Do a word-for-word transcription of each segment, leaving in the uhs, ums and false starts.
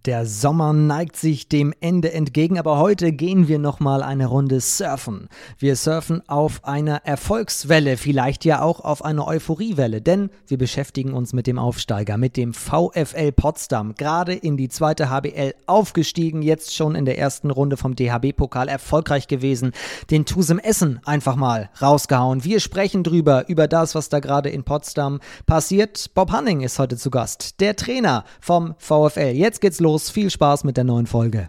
Der Sommer neigt sich dem Ende entgegen, aber heute gehen wir nochmal eine Runde surfen. Wir surfen auf einer Erfolgswelle, vielleicht ja auch auf einer Euphoriewelle, denn wir beschäftigen uns mit dem Aufsteiger, mit dem VfL Potsdam. Gerade in die zweite H B L aufgestiegen, jetzt schon in der ersten Runde vom D H B-Pokal erfolgreich gewesen. Den T U S E M Essen einfach mal rausgehauen. Wir sprechen drüber, über das, was da gerade in Potsdam passiert. Bob Hanning ist heute zu Gast, der Trainer vom VfL. Jetzt geht's los. Viel Spaß mit der neuen Folge.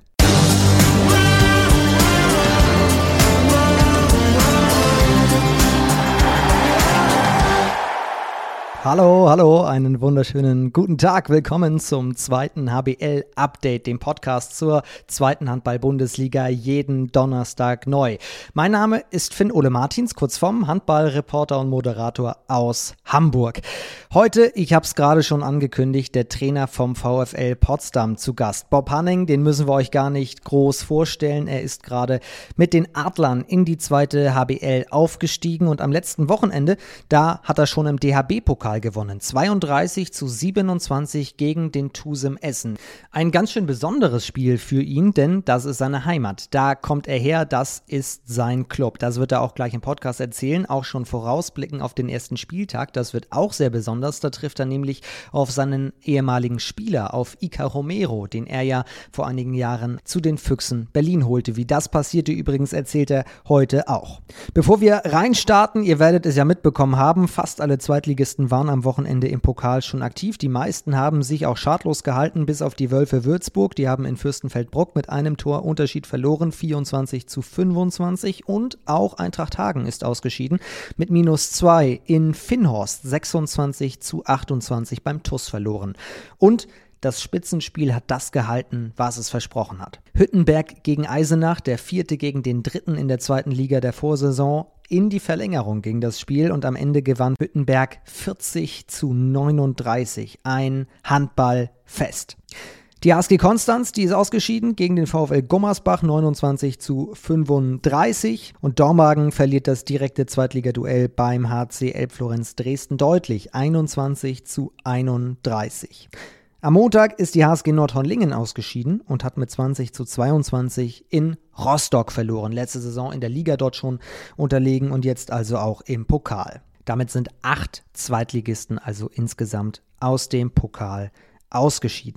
Hallo, hallo, einen wunderschönen guten Tag. Willkommen zum zweiten H B L-Update, dem Podcast zur zweiten Handball-Bundesliga, jeden Donnerstag neu. Mein Name ist Finn Ole Martins, kurz vom Handballreporter und Moderator aus Hamburg. Heute, ich habe es gerade schon angekündigt, der Trainer vom VfL Potsdam zu Gast. Bob Hanning, den müssen wir euch gar nicht groß vorstellen. Er ist gerade mit den Adlern in die zweite H B L aufgestiegen und am letzten Wochenende, da hat er schon im D H B-Pokal gewonnen. zweiunddreißig zu siebenundzwanzig gegen den T U S E M Essen. Ein ganz schön besonderes Spiel für ihn, denn das ist seine Heimat. Da kommt er her, das ist sein Club. Das wird er auch gleich im Podcast erzählen, auch schon vorausblicken auf den ersten Spieltag. Das wird auch sehr besonders. Da trifft er nämlich auf seinen ehemaligen Spieler, auf Iker Romero, den er ja vor einigen Jahren zu den Füchsen Berlin holte. Wie das passierte übrigens, erzählt er heute auch. Bevor wir reinstarten, ihr werdet es ja mitbekommen haben, fast alle Zweitligisten waren am Wochenende im Pokal schon aktiv. Die meisten haben sich auch schadlos gehalten, bis auf die Wölfe Würzburg. Die haben in Fürstenfeldbruck mit einem Tor Unterschied verloren, vierundzwanzig zu fünfundzwanzig. Und auch Eintracht Hagen ist ausgeschieden mit minus zwei. In Finnhorst sechsundzwanzig zu achtundzwanzig beim T U S verloren. Und das Spitzenspiel hat das gehalten, was es versprochen hat. Hüttenberg gegen Eisenach, der vierte gegen den dritten in der zweiten Liga der Vorsaison. In die Verlängerung ging das Spiel und am Ende gewann Hüttenberg vierzig zu neununddreißig. Ein Handballfest. Die H S G Konstanz, die ist ausgeschieden gegen den VfL Gummersbach, neunundzwanzig zu fünfunddreißig. Und Dormagen verliert das direkte Zweitligaduell beim H C Elbflorenz Dresden deutlich, einundzwanzig zu einunddreißig. Am Montag ist die H S G Nordhorn-Lingen ausgeschieden und hat mit zwanzig zu zweiundzwanzig in Rostock verloren. Letzte Saison in der Liga dort schon unterlegen und jetzt also auch im Pokal. Damit sind acht Zweitligisten also insgesamt aus dem Pokal ausgeschieden.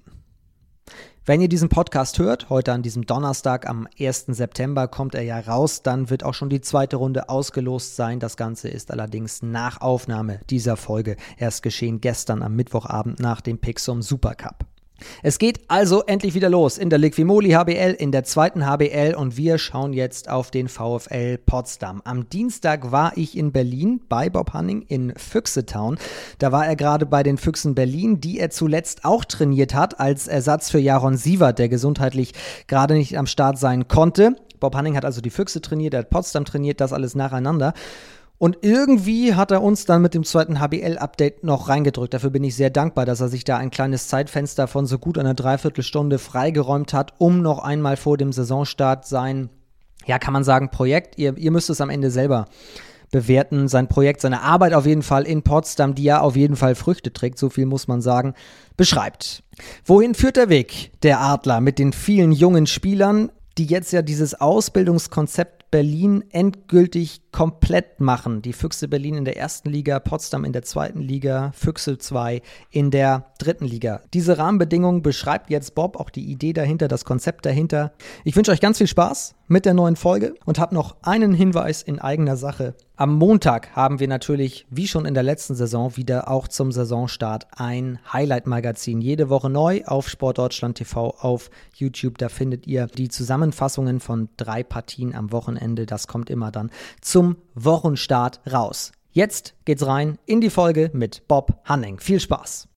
Wenn ihr diesen Podcast hört, heute an diesem Donnerstag am ersten September kommt er ja raus, dann wird auch schon die zweite Runde ausgelost sein. Das Ganze ist allerdings nach Aufnahme dieser Folge erst geschehen, gestern am Mittwochabend nach dem Pixum Supercup. Es geht also endlich wieder los in der Liqui-Moly H B L, in der zweiten H B L und wir schauen jetzt auf den VfL Potsdam. Am Dienstag war ich in Berlin bei Bob Hanning in Füchsetown. Da war er gerade bei den Füchsen Berlin, die er zuletzt auch trainiert hat als Ersatz für Jaron Sievert, der gesundheitlich gerade nicht am Start sein konnte. Bob Hanning hat also die Füchse trainiert, er hat Potsdam trainiert, das alles nacheinander. Und irgendwie hat er uns dann mit dem zweiten H B L-Update noch reingedrückt. Dafür bin ich sehr dankbar, dass er sich da ein kleines Zeitfenster von so gut einer Dreiviertelstunde freigeräumt hat, um noch einmal vor dem Saisonstart sein, ja kann man sagen, Projekt, ihr, ihr müsst es am Ende selber bewerten, sein Projekt, seine Arbeit auf jeden Fall in Potsdam, die ja auf jeden Fall Früchte trägt, so viel muss man sagen, beschreibt. Wohin führt der Weg der Adler mit den vielen jungen Spielern, die jetzt ja dieses Ausbildungskonzept Berlin endgültig komplett machen. Die Füchse Berlin in der ersten Liga, Potsdam in der zweiten Liga, Füchse zwei in der dritten Liga. Diese Rahmenbedingungen beschreibt jetzt Bob, auch die Idee dahinter, das Konzept dahinter. Ich wünsche euch ganz viel Spaß mit der neuen Folge und habe noch einen Hinweis in eigener Sache. Am Montag haben wir natürlich, wie schon in der letzten Saison, wieder auch zum Saisonstart ein Highlight-Magazin. Jede Woche neu auf Sportdeutschland T V, auf YouTube. Da findet ihr die Zusammenfassungen von drei Partien am Wochenende. Das kommt immer dann zum Wochenstart raus. Jetzt geht's rein in die Folge mit Bob Hanning. Viel Spaß!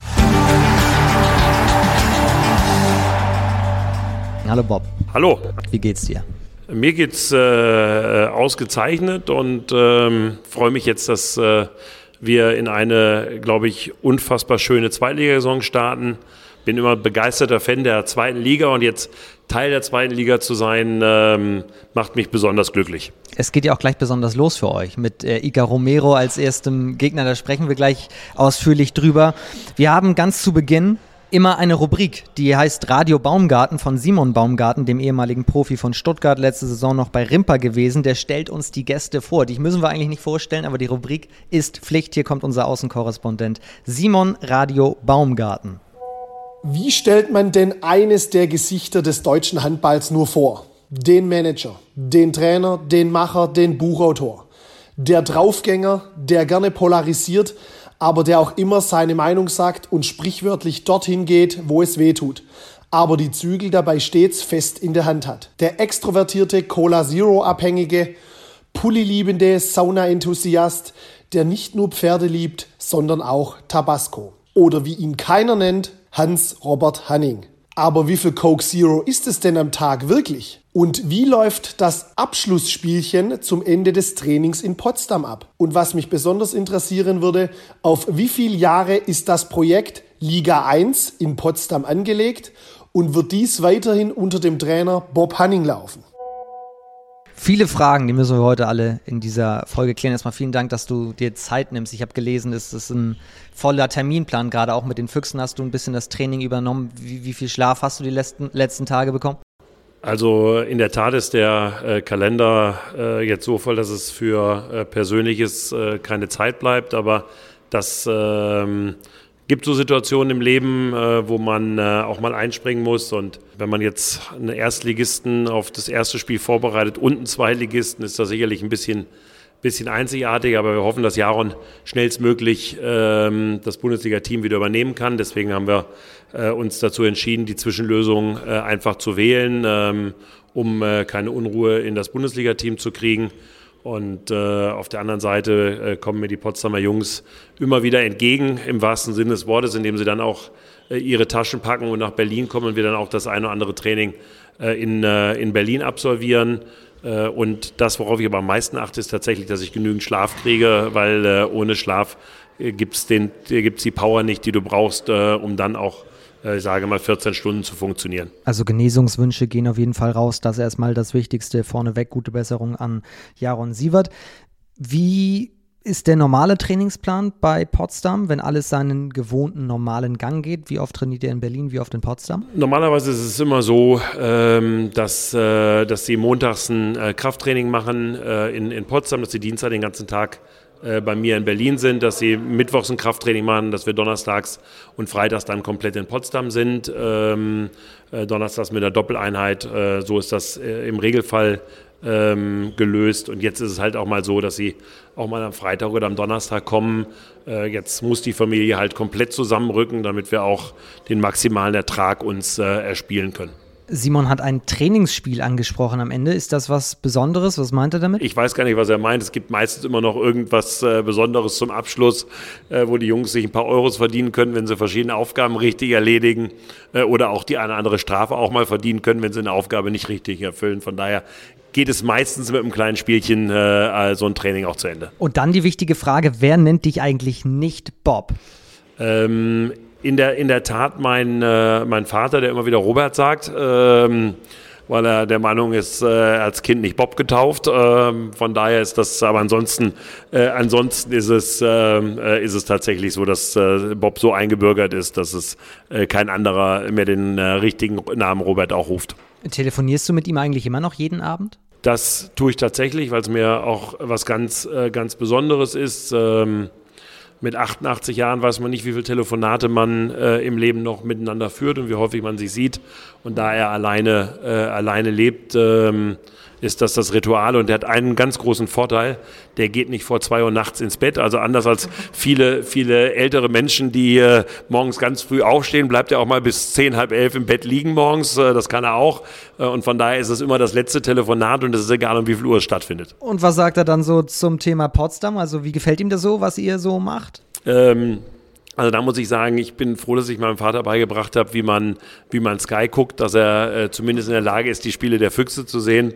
Hallo Bob. Hallo. Wie geht's dir? Mir geht's äh, ausgezeichnet und ähm, freue mich jetzt, dass äh, wir in eine, glaube ich, unfassbar schöne Zweitligasaison starten. Bin immer begeisterter Fan der zweiten Liga und jetzt Teil der zweiten Liga zu sein, ähm, macht mich besonders glücklich. Es geht ja auch gleich besonders los für euch mit äh, Iker Romero als erstem Gegner, da sprechen wir gleich ausführlich drüber. Wir haben ganz zu Beginn immer eine Rubrik, die heißt Radio Baumgarten von Simon Baumgarten, dem ehemaligen Profi von Stuttgart, letzte Saison noch bei Rimper gewesen. Der stellt uns die Gäste vor. Die müssen wir eigentlich nicht vorstellen, aber die Rubrik ist Pflicht. Hier kommt unser Außenkorrespondent Simon Radio Baumgarten. Wie stellt man denn eines der Gesichter des deutschen Handballs nur vor? Den Manager, den Trainer, den Macher, den Buchautor. Der Draufgänger, der gerne polarisiert, aber der auch immer seine Meinung sagt und sprichwörtlich dorthin geht, wo es weh tut, aber die Zügel dabei stets fest in der Hand hat. Der extrovertierte Cola-Zero-Abhängige, Pulli-liebende Sauna-Enthusiast, der nicht nur Pferde liebt, sondern auch Tabasco. Oder wie ihn keiner nennt, Hans-Robert Hanning. Aber wie viel Coke Zero ist es denn am Tag wirklich? Und wie läuft das Abschlussspielchen zum Ende des Trainings in Potsdam ab? Und was mich besonders interessieren würde, auf wie viele Jahre ist das Projekt Liga eins in Potsdam angelegt und wird dies weiterhin unter dem Trainer Bob Hanning laufen? Viele Fragen, die müssen wir heute alle in dieser Folge klären. Erstmal vielen Dank, dass du dir Zeit nimmst. Ich habe gelesen, es ist ein voller Terminplan, gerade auch mit den Füchsen hast du ein bisschen das Training übernommen. Wie, wie viel Schlaf hast du die letzten, letzten Tage bekommen? Also in der Tat ist der äh, Kalender äh, jetzt so voll, dass es für äh, Persönliches äh, keine Zeit bleibt, aber das ähm, gibt so Situationen im Leben, äh, wo man äh, auch mal einspringen muss, und wenn man jetzt einen Erstligisten auf das erste Spiel vorbereitet und einen Zweitligisten, ist das sicherlich ein bisschen, bisschen einzigartig, aber wir hoffen, dass Jaron schnellstmöglich ähm, das Bundesliga-Team wieder übernehmen kann. Deswegen haben wir äh, uns dazu entschieden, die Zwischenlösung äh, einfach zu wählen, ähm, um äh, keine Unruhe in das Bundesliga-Team zu kriegen. Und äh, auf der anderen Seite äh, kommen mir die Potsdamer Jungs immer wieder entgegen, im wahrsten Sinne des Wortes, indem sie dann auch äh, ihre Taschen packen und nach Berlin kommen und wir dann auch das eine oder andere Training äh, in, äh, in Berlin absolvieren. Äh, und das, worauf ich aber am meisten achte, ist tatsächlich, dass ich genügend Schlaf kriege, weil äh, ohne Schlaf äh, gibt's den, äh, gibt's die Power nicht, die du brauchst, äh, um dann auch ich sage mal, vierzehn Stunden zu funktionieren. Also Genesungswünsche gehen auf jeden Fall raus. Das ist erstmal das Wichtigste. Vorneweg gute Besserung an Jaron Sievert. Wie ist der normale Trainingsplan bei Potsdam, wenn alles seinen gewohnten normalen Gang geht? Wie oft trainiert ihr in Berlin, wie oft in Potsdam? Normalerweise ist es immer so, ähm, dass, äh, dass sie montags ein äh, Krafttraining machen äh, in, in Potsdam, dass sie Dienstag den ganzen Tag bei mir in Berlin sind, dass sie mittwochs ein Krafttraining machen, dass wir donnerstags und freitags dann komplett in Potsdam sind. Ähm, äh, donnerstags mit einer Doppeleinheit, äh, so ist das äh, im Regelfall ähm, gelöst. Und jetzt ist es halt auch mal so, dass sie auch mal am Freitag oder am Donnerstag kommen. Äh, jetzt muss die Familie halt komplett zusammenrücken, damit wir auch den maximalen Ertrag uns äh, erspielen können. Simon hat ein Trainingsspiel angesprochen am Ende. Ist das was Besonderes? Was meint er damit? Ich weiß gar nicht, was er meint. Es gibt meistens immer noch irgendwas äh, Besonderes zum Abschluss, äh, wo die Jungs sich ein paar Euros verdienen können, wenn sie verschiedene Aufgaben richtig erledigen äh, oder auch die eine oder andere Strafe auch mal verdienen können, wenn sie eine Aufgabe nicht richtig erfüllen. Von daher geht es meistens mit einem kleinen Spielchen äh, so ein Training auch zu Ende. Und dann die wichtige Frage, wer nennt dich eigentlich nicht Bob? Ähm, In der, in der Tat mein, äh, mein Vater, der immer wieder Robert sagt, ähm, weil er der Meinung ist, äh, als Kind nicht Bob getauft. Ähm, von daher ist das, aber ansonsten, äh, ansonsten ist es, äh, ist es tatsächlich so, dass äh, Bob so eingebürgert ist, dass es äh, kein anderer mehr den äh, richtigen Namen Robert auch ruft. Telefonierst du mit ihm eigentlich immer noch jeden Abend? Das tue ich tatsächlich, weil es mir auch was ganz, äh, ganz Besonderes ist. Ähm, Mit achtundachtzig Jahren weiß man nicht, wie viele Telefonate man äh, im Leben noch miteinander führt und wie häufig man sich sieht. Und da er alleine, äh, alleine lebt, ähm, ist das das Ritual. Und der hat einen ganz großen Vorteil, der geht nicht vor zwei Uhr nachts ins Bett. Also anders als viele, viele ältere Menschen, die äh, morgens ganz früh aufstehen, bleibt er auch mal bis zehn, halb elf im Bett liegen morgens. Äh, das kann er auch. Äh, und von daher ist es immer das letzte Telefonat und es ist egal, um wie viel Uhr es stattfindet. Und was sagt er dann so zum Thema Potsdam? Also wie gefällt ihm das so, was ihr so macht? Ähm, Also da muss ich sagen, ich bin froh, dass ich meinem Vater beigebracht habe, wie man, wie man Sky guckt, dass er äh, zumindest in der Lage ist, die Spiele der Füchse zu sehen.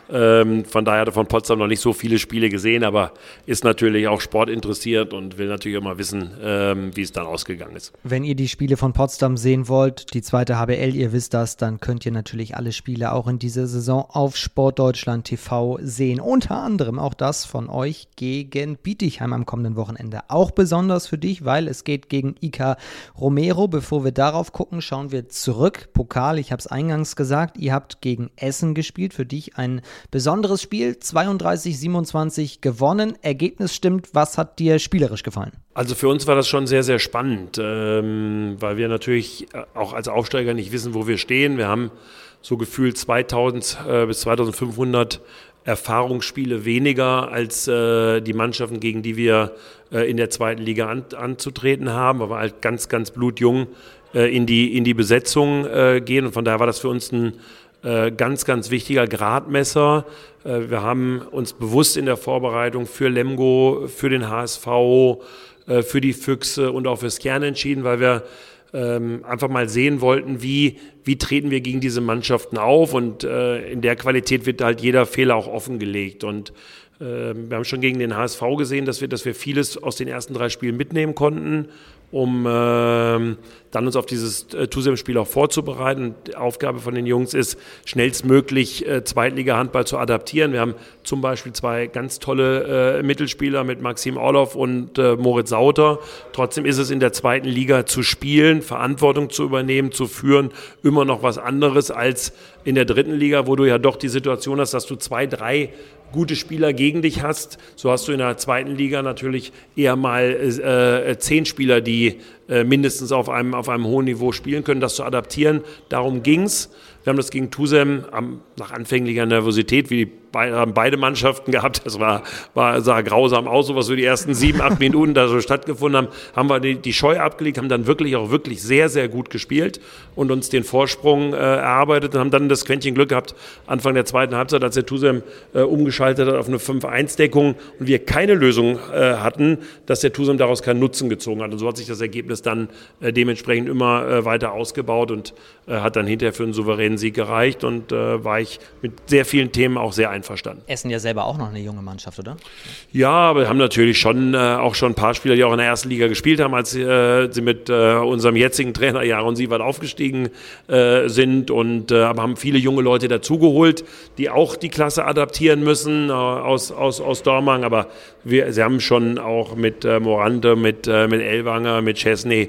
Ähm, von daher hat er von Potsdam noch nicht so viele Spiele gesehen, aber ist natürlich auch sportinteressiert und will natürlich immer wissen, ähm, wie es dann ausgegangen ist. Wenn ihr die Spiele von Potsdam sehen wollt, die zweite H B L, ihr wisst das, dann könnt ihr natürlich alle Spiele auch in dieser Saison auf Sportdeutschland T V sehen. Unter anderem auch das von euch gegen Bietigheim am kommenden Wochenende. Auch besonders für dich, weil es geht gegen I K Romero. Bevor wir darauf gucken, schauen wir zurück. Pokal, ich habe es eingangs gesagt, ihr habt gegen Essen gespielt. Für dich ein besonderes Spiel, zweiunddreißig siebenundzwanzig gewonnen. Ergebnis stimmt. Was hat dir spielerisch gefallen? Also für uns war das schon sehr, sehr spannend, ähm, weil wir natürlich auch als Aufsteiger nicht wissen, wo wir stehen. Wir haben so gefühlt zweitausend äh, bis zweitausendfünfhundert Erfahrungsspiele weniger als äh, die Mannschaften, gegen die wir äh, in der zweiten Liga an, anzutreten haben, aber halt ganz, ganz blutjung äh, in die, in die Besetzung äh, gehen. Und von daher war das für uns ein äh, ganz, ganz wichtiger Gradmesser. Äh, wir haben uns bewusst in der Vorbereitung für Lemgo, für den H S V, äh, für die Füchse und auch für Skjern entschieden, weil wir Ähm, einfach mal sehen wollten, wie, wie treten wir gegen diese Mannschaften auf, und äh, in der Qualität wird halt jeder Fehler auch offengelegt. Und äh, wir haben schon gegen den H S V gesehen, dass wir, dass wir vieles aus den ersten drei Spielen mitnehmen konnten, um äh, dann uns auf dieses äh, Tusem-Spiel auch vorzubereiten. Und die Aufgabe von den Jungs ist, schnellstmöglich äh, Zweitliga-Handball zu adaptieren. Wir haben zum Beispiel zwei ganz tolle äh, Mittelspieler mit Maxim Orloff und äh, Moritz Sauter. Trotzdem ist es in der zweiten Liga zu spielen, Verantwortung zu übernehmen, zu führen, immer noch was anderes als in der dritten Liga, wo du ja doch die Situation hast, dass du zwei, drei gute Spieler gegen dich hast. So hast du in der zweiten Liga natürlich eher mal äh, zehn Spieler, die äh, mindestens auf einem, auf einem hohen Niveau spielen können, das zu adaptieren. Darum ging's. Wir haben das gegen Tusem am, nach anfänglicher Nervosität, wie die beide, haben beide Mannschaften gehabt. Das war, war, sah grausam aus, so was so die ersten sieben, acht Minuten da so stattgefunden haben, haben wir die, die Scheu abgelegt, haben dann wirklich auch wirklich sehr, sehr gut gespielt und uns den Vorsprung äh, erarbeitet und haben dann das Quäntchen Glück gehabt, Anfang der zweiten Halbzeit, als der Tusem äh, umgeschaltet hat auf eine fünf eins Deckung und wir keine Lösung äh, hatten, dass der Tusem daraus keinen Nutzen gezogen hat. Und so hat sich das Ergebnis dann äh, dementsprechend immer äh, weiter ausgebaut und äh, hat dann hinterher für einen souveränen Sieg gereicht, und äh, war ich mit sehr vielen Themen auch sehr einverstanden. Essen ja selber auch noch eine junge Mannschaft, oder? Ja, aber wir haben natürlich schon äh, auch schon ein paar Spieler, die auch in der ersten Liga gespielt haben, als äh, sie mit äh, unserem jetzigen Trainer Jaron Sievert aufgestiegen äh, sind, und äh, aber haben viele junge Leute dazugeholt, die auch die Klasse adaptieren müssen äh, aus, aus, aus Dormagen, aber wir, sie haben schon auch mit äh, Morante, mit, äh, mit Ellwanger, mit Chesney,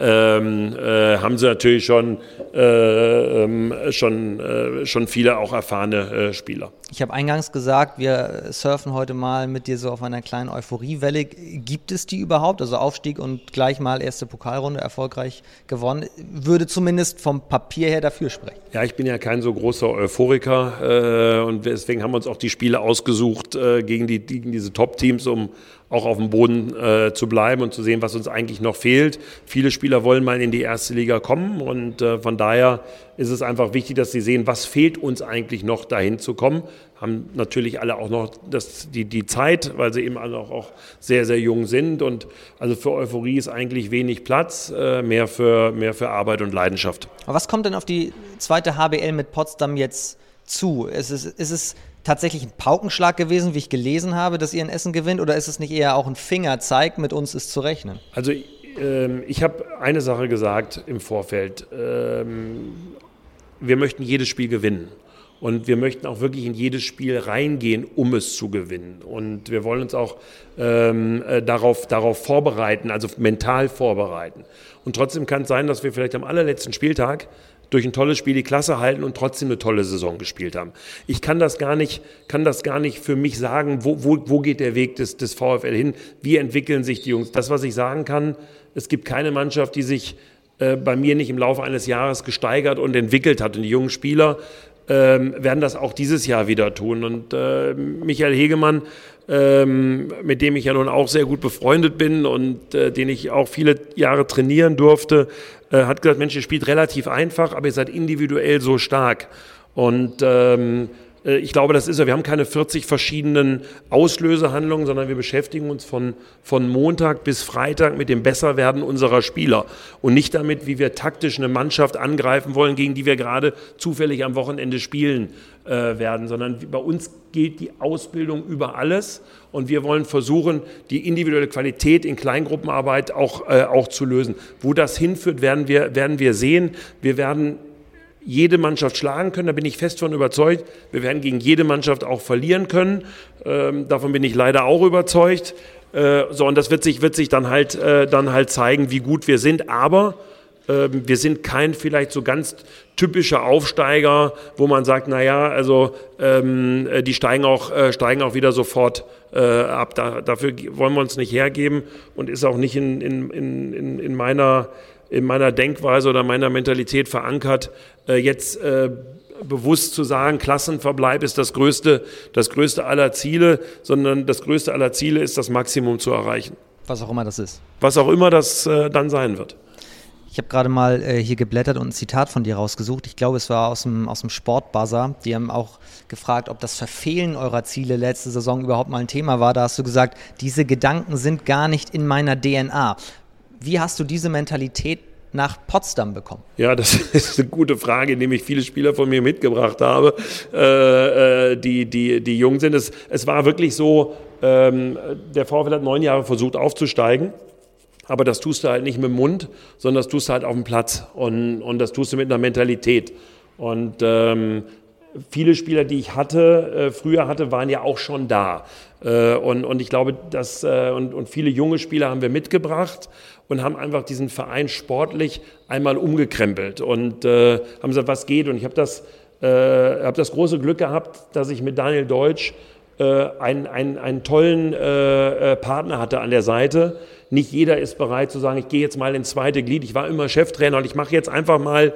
ähm, äh, haben sie natürlich schon äh, ähm, schon, äh, schon viele auch erfahrene äh, Spieler. Ich habe eingangs gesagt, wir surfen heute mal mit dir so auf einer kleinen Euphoriewelle. Gibt es die überhaupt? Also Aufstieg und gleich mal erste Pokalrunde erfolgreich gewonnen. Würde zumindest vom Papier her dafür sprechen. Ja, ich bin ja kein so großer Euphoriker äh, und deswegen haben wir uns auch die Spiele ausgesucht äh, gegen, die, gegen diese Top-Teams, um auch auf dem Boden äh, zu bleiben und zu sehen, was uns eigentlich noch fehlt. Viele Spieler wollen mal in die erste Liga kommen, und äh, von daher ist es einfach wichtig, dass sie sehen, was fehlt uns eigentlich noch, dahin zu kommen. Haben natürlich alle auch noch das, die, die Zeit, weil sie eben alle auch, auch sehr, sehr jung sind, und also für Euphorie ist eigentlich wenig Platz, äh, mehr für, mehr für Arbeit und Leidenschaft. Aber was kommt denn auf die zweite H B L mit Potsdam jetzt zu? Ist es, ist es tatsächlich ein Paukenschlag gewesen, wie ich gelesen habe, dass ihr in Essen gewinnt, oder ist es nicht eher auch ein Fingerzeig, mit uns ist zu rechnen? Also ähm, ich habe eine Sache gesagt im Vorfeld. Ähm, wir möchten jedes Spiel gewinnen. Und wir möchten auch wirklich in jedes Spiel reingehen, um es zu gewinnen. Und wir wollen uns auch ähm, äh, darauf, darauf vorbereiten, also mental vorbereiten. Und trotzdem kann es sein, dass wir vielleicht am allerletzten Spieltag durch ein tolles Spiel die Klasse halten und trotzdem eine tolle Saison gespielt haben. Ich kann das gar nicht, kann das gar nicht für mich sagen, wo, wo, wo geht der Weg des, des VfL hin, wie entwickeln sich die Jungs. Das, was ich sagen kann, es gibt keine Mannschaft, die sich äh, bei mir nicht im Laufe eines Jahres gesteigert und entwickelt hat. Und die jungen Spieler ähm, werden das auch dieses Jahr wieder tun. Und äh, Michael Hegemann, ähm, mit dem ich ja nun auch sehr gut befreundet bin und äh, den ich auch viele Jahre trainieren durfte, äh, hat gesagt, Mensch, ihr spielt relativ einfach, aber ihr seid individuell so stark. Und ähm, äh, ich glaube, das ist ja, wir haben keine vierzig verschiedenen Auslösehandlungen, sondern wir beschäftigen uns von, von Montag bis Freitag mit dem Besserwerden unserer Spieler und nicht damit, wie wir taktisch eine Mannschaft angreifen wollen, gegen die wir gerade zufällig am Wochenende spielen äh, werden, sondern bei uns gilt die Ausbildung über alles und wir wollen versuchen, die individuelle Qualität in Kleingruppenarbeit auch, äh, auch zu lösen. Wo das hinführt, werden wir, werden wir sehen. Wir werden jede Mannschaft schlagen können, da bin ich fest von überzeugt. Wir werden gegen jede Mannschaft auch verlieren können. Ähm, davon bin ich leider auch überzeugt. Äh, so, und das wird sich, wird sich dann halt, äh, dann halt zeigen, wie gut wir sind. Aber äh, wir sind kein vielleicht so ganz typischer Aufsteiger, wo man sagt, naja, also ähm, die steigen auch, äh, steigen auch wieder sofort äh, ab. Da, dafür wollen wir uns nicht hergeben und ist auch nicht in, in, in, in meiner in meiner Denkweise oder meiner Mentalität verankert, äh, jetzt äh, bewusst zu sagen, Klassenverbleib ist das größte, das größte aller Ziele, sondern das größte aller Ziele ist, das Maximum zu erreichen. Was auch immer das ist. Was auch immer das äh, dann sein wird. Ich habe gerade mal äh, hier geblättert und ein Zitat von dir rausgesucht. Ich glaube, es war aus dem, aus dem Sportbuzzer. Die haben auch gefragt, ob das Verfehlen eurer Ziele letzte Saison überhaupt mal ein Thema war. Da hast du gesagt, diese Gedanken sind gar nicht in meiner D N A. Wie hast du diese Mentalität nach Potsdam bekommen? Ja, das ist eine gute Frage, indem ich viele Spieler von mir mitgebracht habe, äh, die, die, die jung sind. Es, es war wirklich so, ähm, der VfL hat neun Jahre versucht aufzusteigen, aber das tust du halt nicht mit dem Mund, sondern das tust du halt auf dem Platz und, und das tust du mit einer Mentalität. Und ähm, viele Spieler, die ich hatte, äh, früher hatte, waren ja auch schon da. Äh, und, und ich glaube, dass, äh, und, und viele junge Spieler haben wir mitgebracht und haben einfach diesen Verein sportlich einmal umgekrempelt und äh, haben gesagt, was geht. Und ich habe das, äh, hab das große Glück gehabt, dass ich mit Daniel Deutsch äh, einen, einen, einen tollen äh, äh, Partner hatte an der Seite. Nicht jeder ist bereit zu sagen, ich gehe jetzt mal ins zweite Glied. Ich war immer Cheftrainer und ich mache jetzt einfach mal,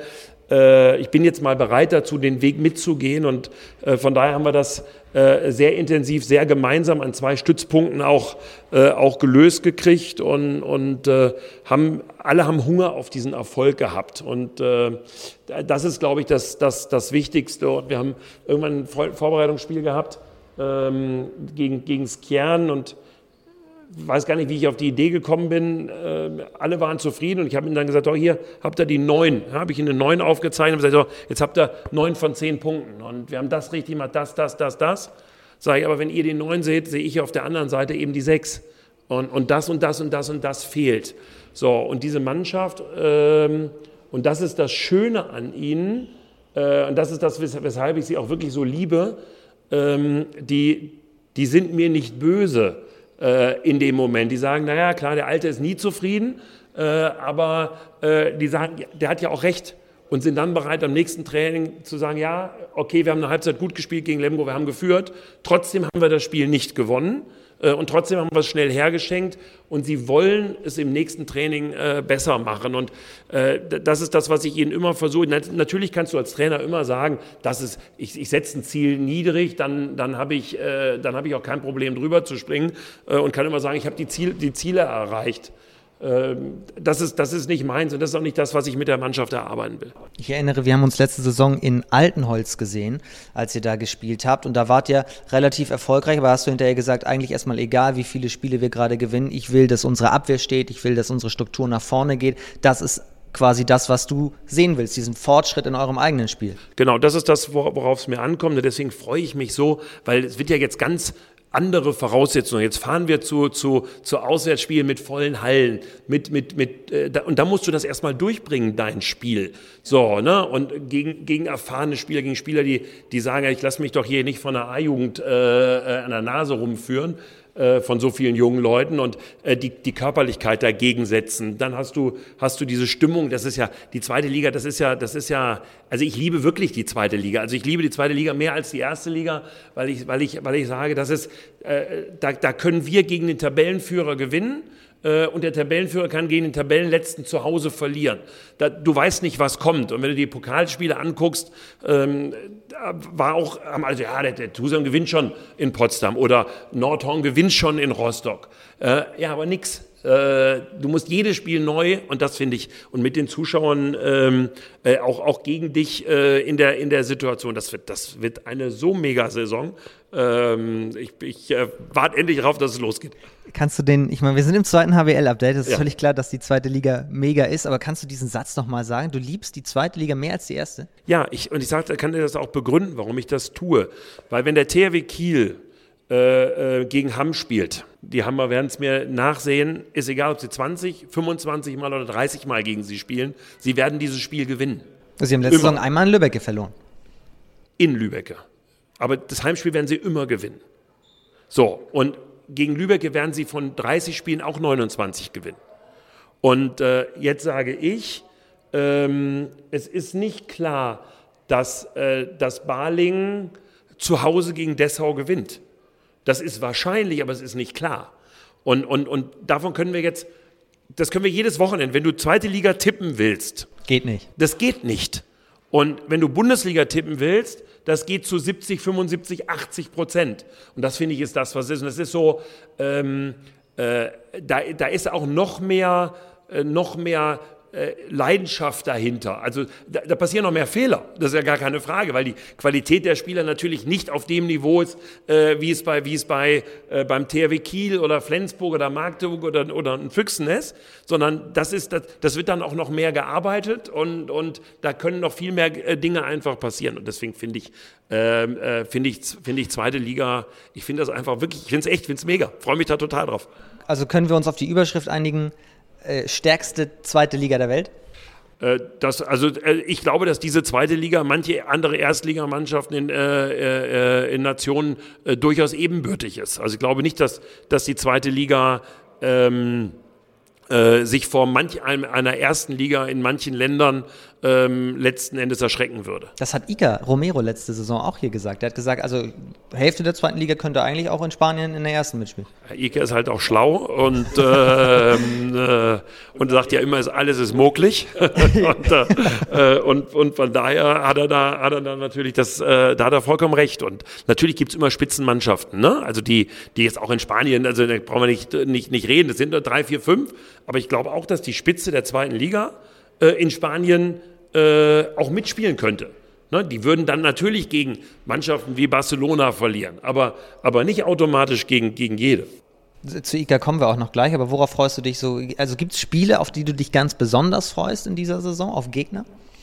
äh, ich bin jetzt mal bereit dazu, den Weg mitzugehen. Und äh, von daher haben wir das äh, sehr intensiv, sehr gemeinsam an zwei Stützpunkten auch, äh, auch gelöst gekriegt und, und äh, haben, alle haben Hunger auf diesen Erfolg gehabt. Und äh, das ist, glaube ich, das, das, das Wichtigste. Und wir haben irgendwann ein Vorbereitungsspiel gehabt ähm, gegen, gegen Skjern und weiß gar nicht, wie ich auf die Idee gekommen bin. Äh, alle waren zufrieden und ich habe ihnen dann gesagt, oh, hier habt ihr die neun. Ja, habe ich ihnen eine neun aufgezeichnet und gesagt, oh, jetzt habt ihr neun von zehn Punkten und wir haben das richtig gemacht, das, das, das, das. Sage ich, aber wenn ihr die neun seht, sehe ich auf der anderen Seite eben die sechs. Und, und das und das und das und das fehlt. So, und diese Mannschaft, ähm, und das ist das Schöne an ihnen, äh, und das ist das, weshalb ich sie auch wirklich so liebe, ähm, die, die sind mir nicht böse in dem Moment. Die sagen, naja, klar, der Alte ist nie zufrieden, äh, aber äh, die sagen, der hat ja auch recht und sind dann bereit, am nächsten Training zu sagen, ja, okay, wir haben eine Halbzeit gut gespielt gegen Lemgo, wir haben geführt, trotzdem haben wir das Spiel nicht gewonnen äh, und trotzdem haben wir es schnell hergeschenkt und sie wollen es im nächsten Training äh, besser machen und äh, das ist das, was ich ihnen immer versuche. Natürlich kannst du als Trainer immer sagen, dass es, ich, ich setze ein Ziel niedrig, dann, dann habe ich, äh, dann habe ich auch kein Problem drüber zu springen äh, und kann immer sagen, ich habe die, Ziel, die Ziele erreicht. Das ist, das ist nicht meins und das ist auch nicht das, was ich mit der Mannschaft erarbeiten will. Ich erinnere, wir haben uns letzte Saison in Altenholz gesehen, als ihr da gespielt habt und da wart ihr relativ erfolgreich, aber hast du hinterher gesagt, eigentlich erstmal egal, wie viele Spiele wir gerade gewinnen, ich will, dass unsere Abwehr steht, ich will, dass unsere Struktur nach vorne geht, das ist quasi das, was du sehen willst, diesen Fortschritt in eurem eigenen Spiel. Genau, das ist das, worauf es mir ankommt und deswegen freue ich mich so, weil es wird ja jetzt ganz andere Voraussetzungen. Jetzt fahren wir zu, zu, zu Auswärtsspielen mit vollen Hallen, mit, mit, mit, äh, da, und da musst du das erstmal durchbringen, dein Spiel. So, ne? Und gegen, gegen erfahrene Spieler, gegen Spieler, die, die sagen, ich lasse mich doch hier nicht von der A-Jugend äh, an der Nase rumführen, äh, von so vielen jungen Leuten und äh, die, die Körperlichkeit dagegen setzen. Dann hast du, hast du diese Stimmung, das ist ja, die zweite Liga, das ist ja, das ist ja, also ich liebe wirklich die zweite Liga. Also ich liebe die zweite Liga mehr als die erste Liga, weil ich, weil ich, weil ich sage, das ist, äh, da, da können wir gegen den Tabellenführer gewinnen. Und der Tabellenführer kann gegen den Tabellenletzten zu Hause verlieren. Da, du weißt nicht, was kommt. Und wenn du die Pokalspiele anguckst, ähm, war auch, also ja, der, der Tusam gewinnt schon in Potsdam oder Nordhorn gewinnt schon in Rostock. Äh, ja, aber nix. Äh, du musst jedes Spiel neu, und das finde ich, und mit den Zuschauern ähm, äh, auch, auch gegen dich äh, in, der, in der Situation, das wird, das wird eine so mega Saison. Ähm, ich ich äh, warte endlich darauf, dass es losgeht. Kannst du den, ich meine, wir sind im zweiten H B L-Update, es ist Ja. völlig klar, dass die zweite Liga mega ist, aber kannst du diesen Satz nochmal sagen? Du liebst die zweite Liga mehr als die erste? Ja, ich, und ich sag, kann dir das auch begründen, warum ich das tue. Weil wenn der T H W Kiel äh, äh, gegen Hamm spielt, die Hammer werden es mir nachsehen, ist egal, ob sie zwanzig, fünfundzwanzig Mal oder dreißig Mal gegen sie spielen, sie werden dieses Spiel gewinnen. Sie haben letzte Immer. Saison einmal in Lübbecke verloren. In Lübbecke. Aber das Heimspiel werden sie immer gewinnen. So, und gegen Lübbecke werden sie von dreißig Spielen auch neunundzwanzig gewinnen. Und äh, jetzt sage ich, ähm, es ist nicht klar, dass, äh, dass Balingen zu Hause gegen Dessau gewinnt. Das ist wahrscheinlich, aber es ist nicht klar. Und, und, und davon können wir jetzt, das können wir jedes Wochenende, wenn du zweite Liga tippen willst. Geht nicht. Das geht nicht. Und wenn du Bundesliga tippen willst, das geht zu siebzig, fünfundsiebzig, achtzig Prozent. Und das finde ich ist das, was es ist. Und das ist so, ähm, äh, da, da ist auch noch mehr, äh, noch mehr äh, Leidenschaft dahinter. Also da, da passieren noch mehr Fehler. Das ist ja gar keine Frage, weil die Qualität der Spieler natürlich nicht auf dem Niveau ist, äh, wie es bei, wie es bei äh, beim T H W Kiel oder Flensburg oder Magdeburg oder, oder ein Füchsennest, sondern das ist, das, das wird dann auch noch mehr gearbeitet und, und da können noch viel mehr äh, Dinge einfach passieren. Und deswegen finde ich, äh, äh, finde ich, finde ich zweite Liga, ich finde das einfach wirklich, ich finde es echt, ich finde es mega. Freue mich da total drauf. Also können wir uns auf die Überschrift einigen, äh, stärkste zweite Liga der Welt? Äh, das, also äh, ich glaube, dass diese zweite Liga manche andere Erstligamannschaften in, äh, äh, in Nationen äh, durchaus ebenbürtig ist. Also ich glaube nicht, dass, dass die zweite Liga ähm, äh, sich vor manch einem, einer ersten Liga in manchen Ländern ähm, letzten Endes erschrecken würde. Das hat Iker Romero letzte Saison auch hier gesagt. Er hat gesagt, also Hälfte der zweiten Liga könnte eigentlich auch in Spanien in der ersten mitspielen. Iker ist halt auch schlau und, äh, äh, und sagt ja immer, alles ist möglich. und, äh, und, und von daher hat er da, hat er da natürlich das, äh, da hat er vollkommen recht. Und natürlich gibt es immer Spitzenmannschaften, ne? Also die, die jetzt auch in Spanien, also da brauchen wir nicht, nicht, nicht reden, das sind nur drei, vier, fünf. Aber ich glaube auch, dass die Spitze der zweiten Liga äh, in Spanien äh, auch mitspielen könnte. Ne, die würden dann natürlich gegen Mannschaften wie Barcelona verlieren, aber, aber nicht automatisch gegen, gegen jede. Zu Iker kommen wir auch noch gleich, aber worauf freust du dich so? Also gibt es Spiele, auf die du dich ganz besonders freust in dieser Saison, auf Gegner?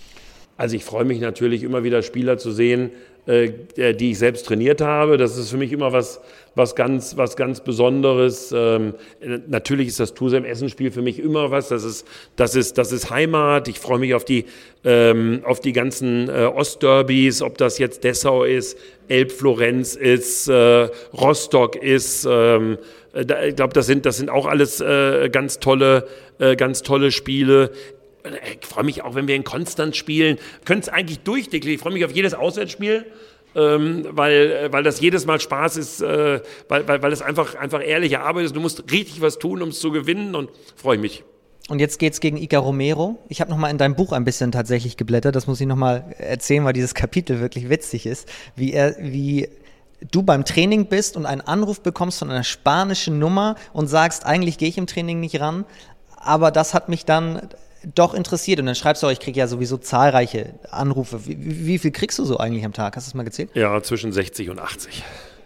Also ich freue mich natürlich immer wieder Spieler zu sehen, äh, die ich selbst trainiert habe. Das ist für mich immer was, was, ganz, was ganz Besonderes. Ähm, natürlich ist das Tusem-Essen-Spiel für mich immer was. Das ist, das ist, das ist Heimat. Ich freue mich auf die, ähm, auf die ganzen äh, Ostderbys, ob das jetzt Dessau ist, Elb-Florenz ist, äh, Rostock ist. Ähm, da, ich glaube, das sind, das sind auch alles äh, ganz tolle, äh, ganz tolle Spiele. Ich freue mich auch, wenn wir in Konstanz spielen. Können es eigentlich durchdeklinieren. Ich freue mich auf jedes Auswärtsspiel, ähm, weil, weil das jedes Mal Spaß ist, äh, weil, weil, weil es einfach, einfach ehrliche Arbeit ist. Du musst richtig was tun, um es zu gewinnen, und freue ich mich. Und jetzt geht's gegen Iker Romero. Ich habe nochmal in deinem Buch ein bisschen tatsächlich geblättert. Das muss ich nochmal erzählen, weil dieses Kapitel wirklich witzig ist. Wie er, wie du beim Training bist und einen Anruf bekommst von einer spanischen Nummer und sagst, eigentlich gehe ich im Training nicht ran, aber das hat mich dann doch interessiert. Und dann schreibst du auch, ich kriege ja sowieso zahlreiche Anrufe. Wie, wie viel kriegst du so eigentlich am Tag? Hast du das mal gezählt? Ja, zwischen sechzig und achtzig.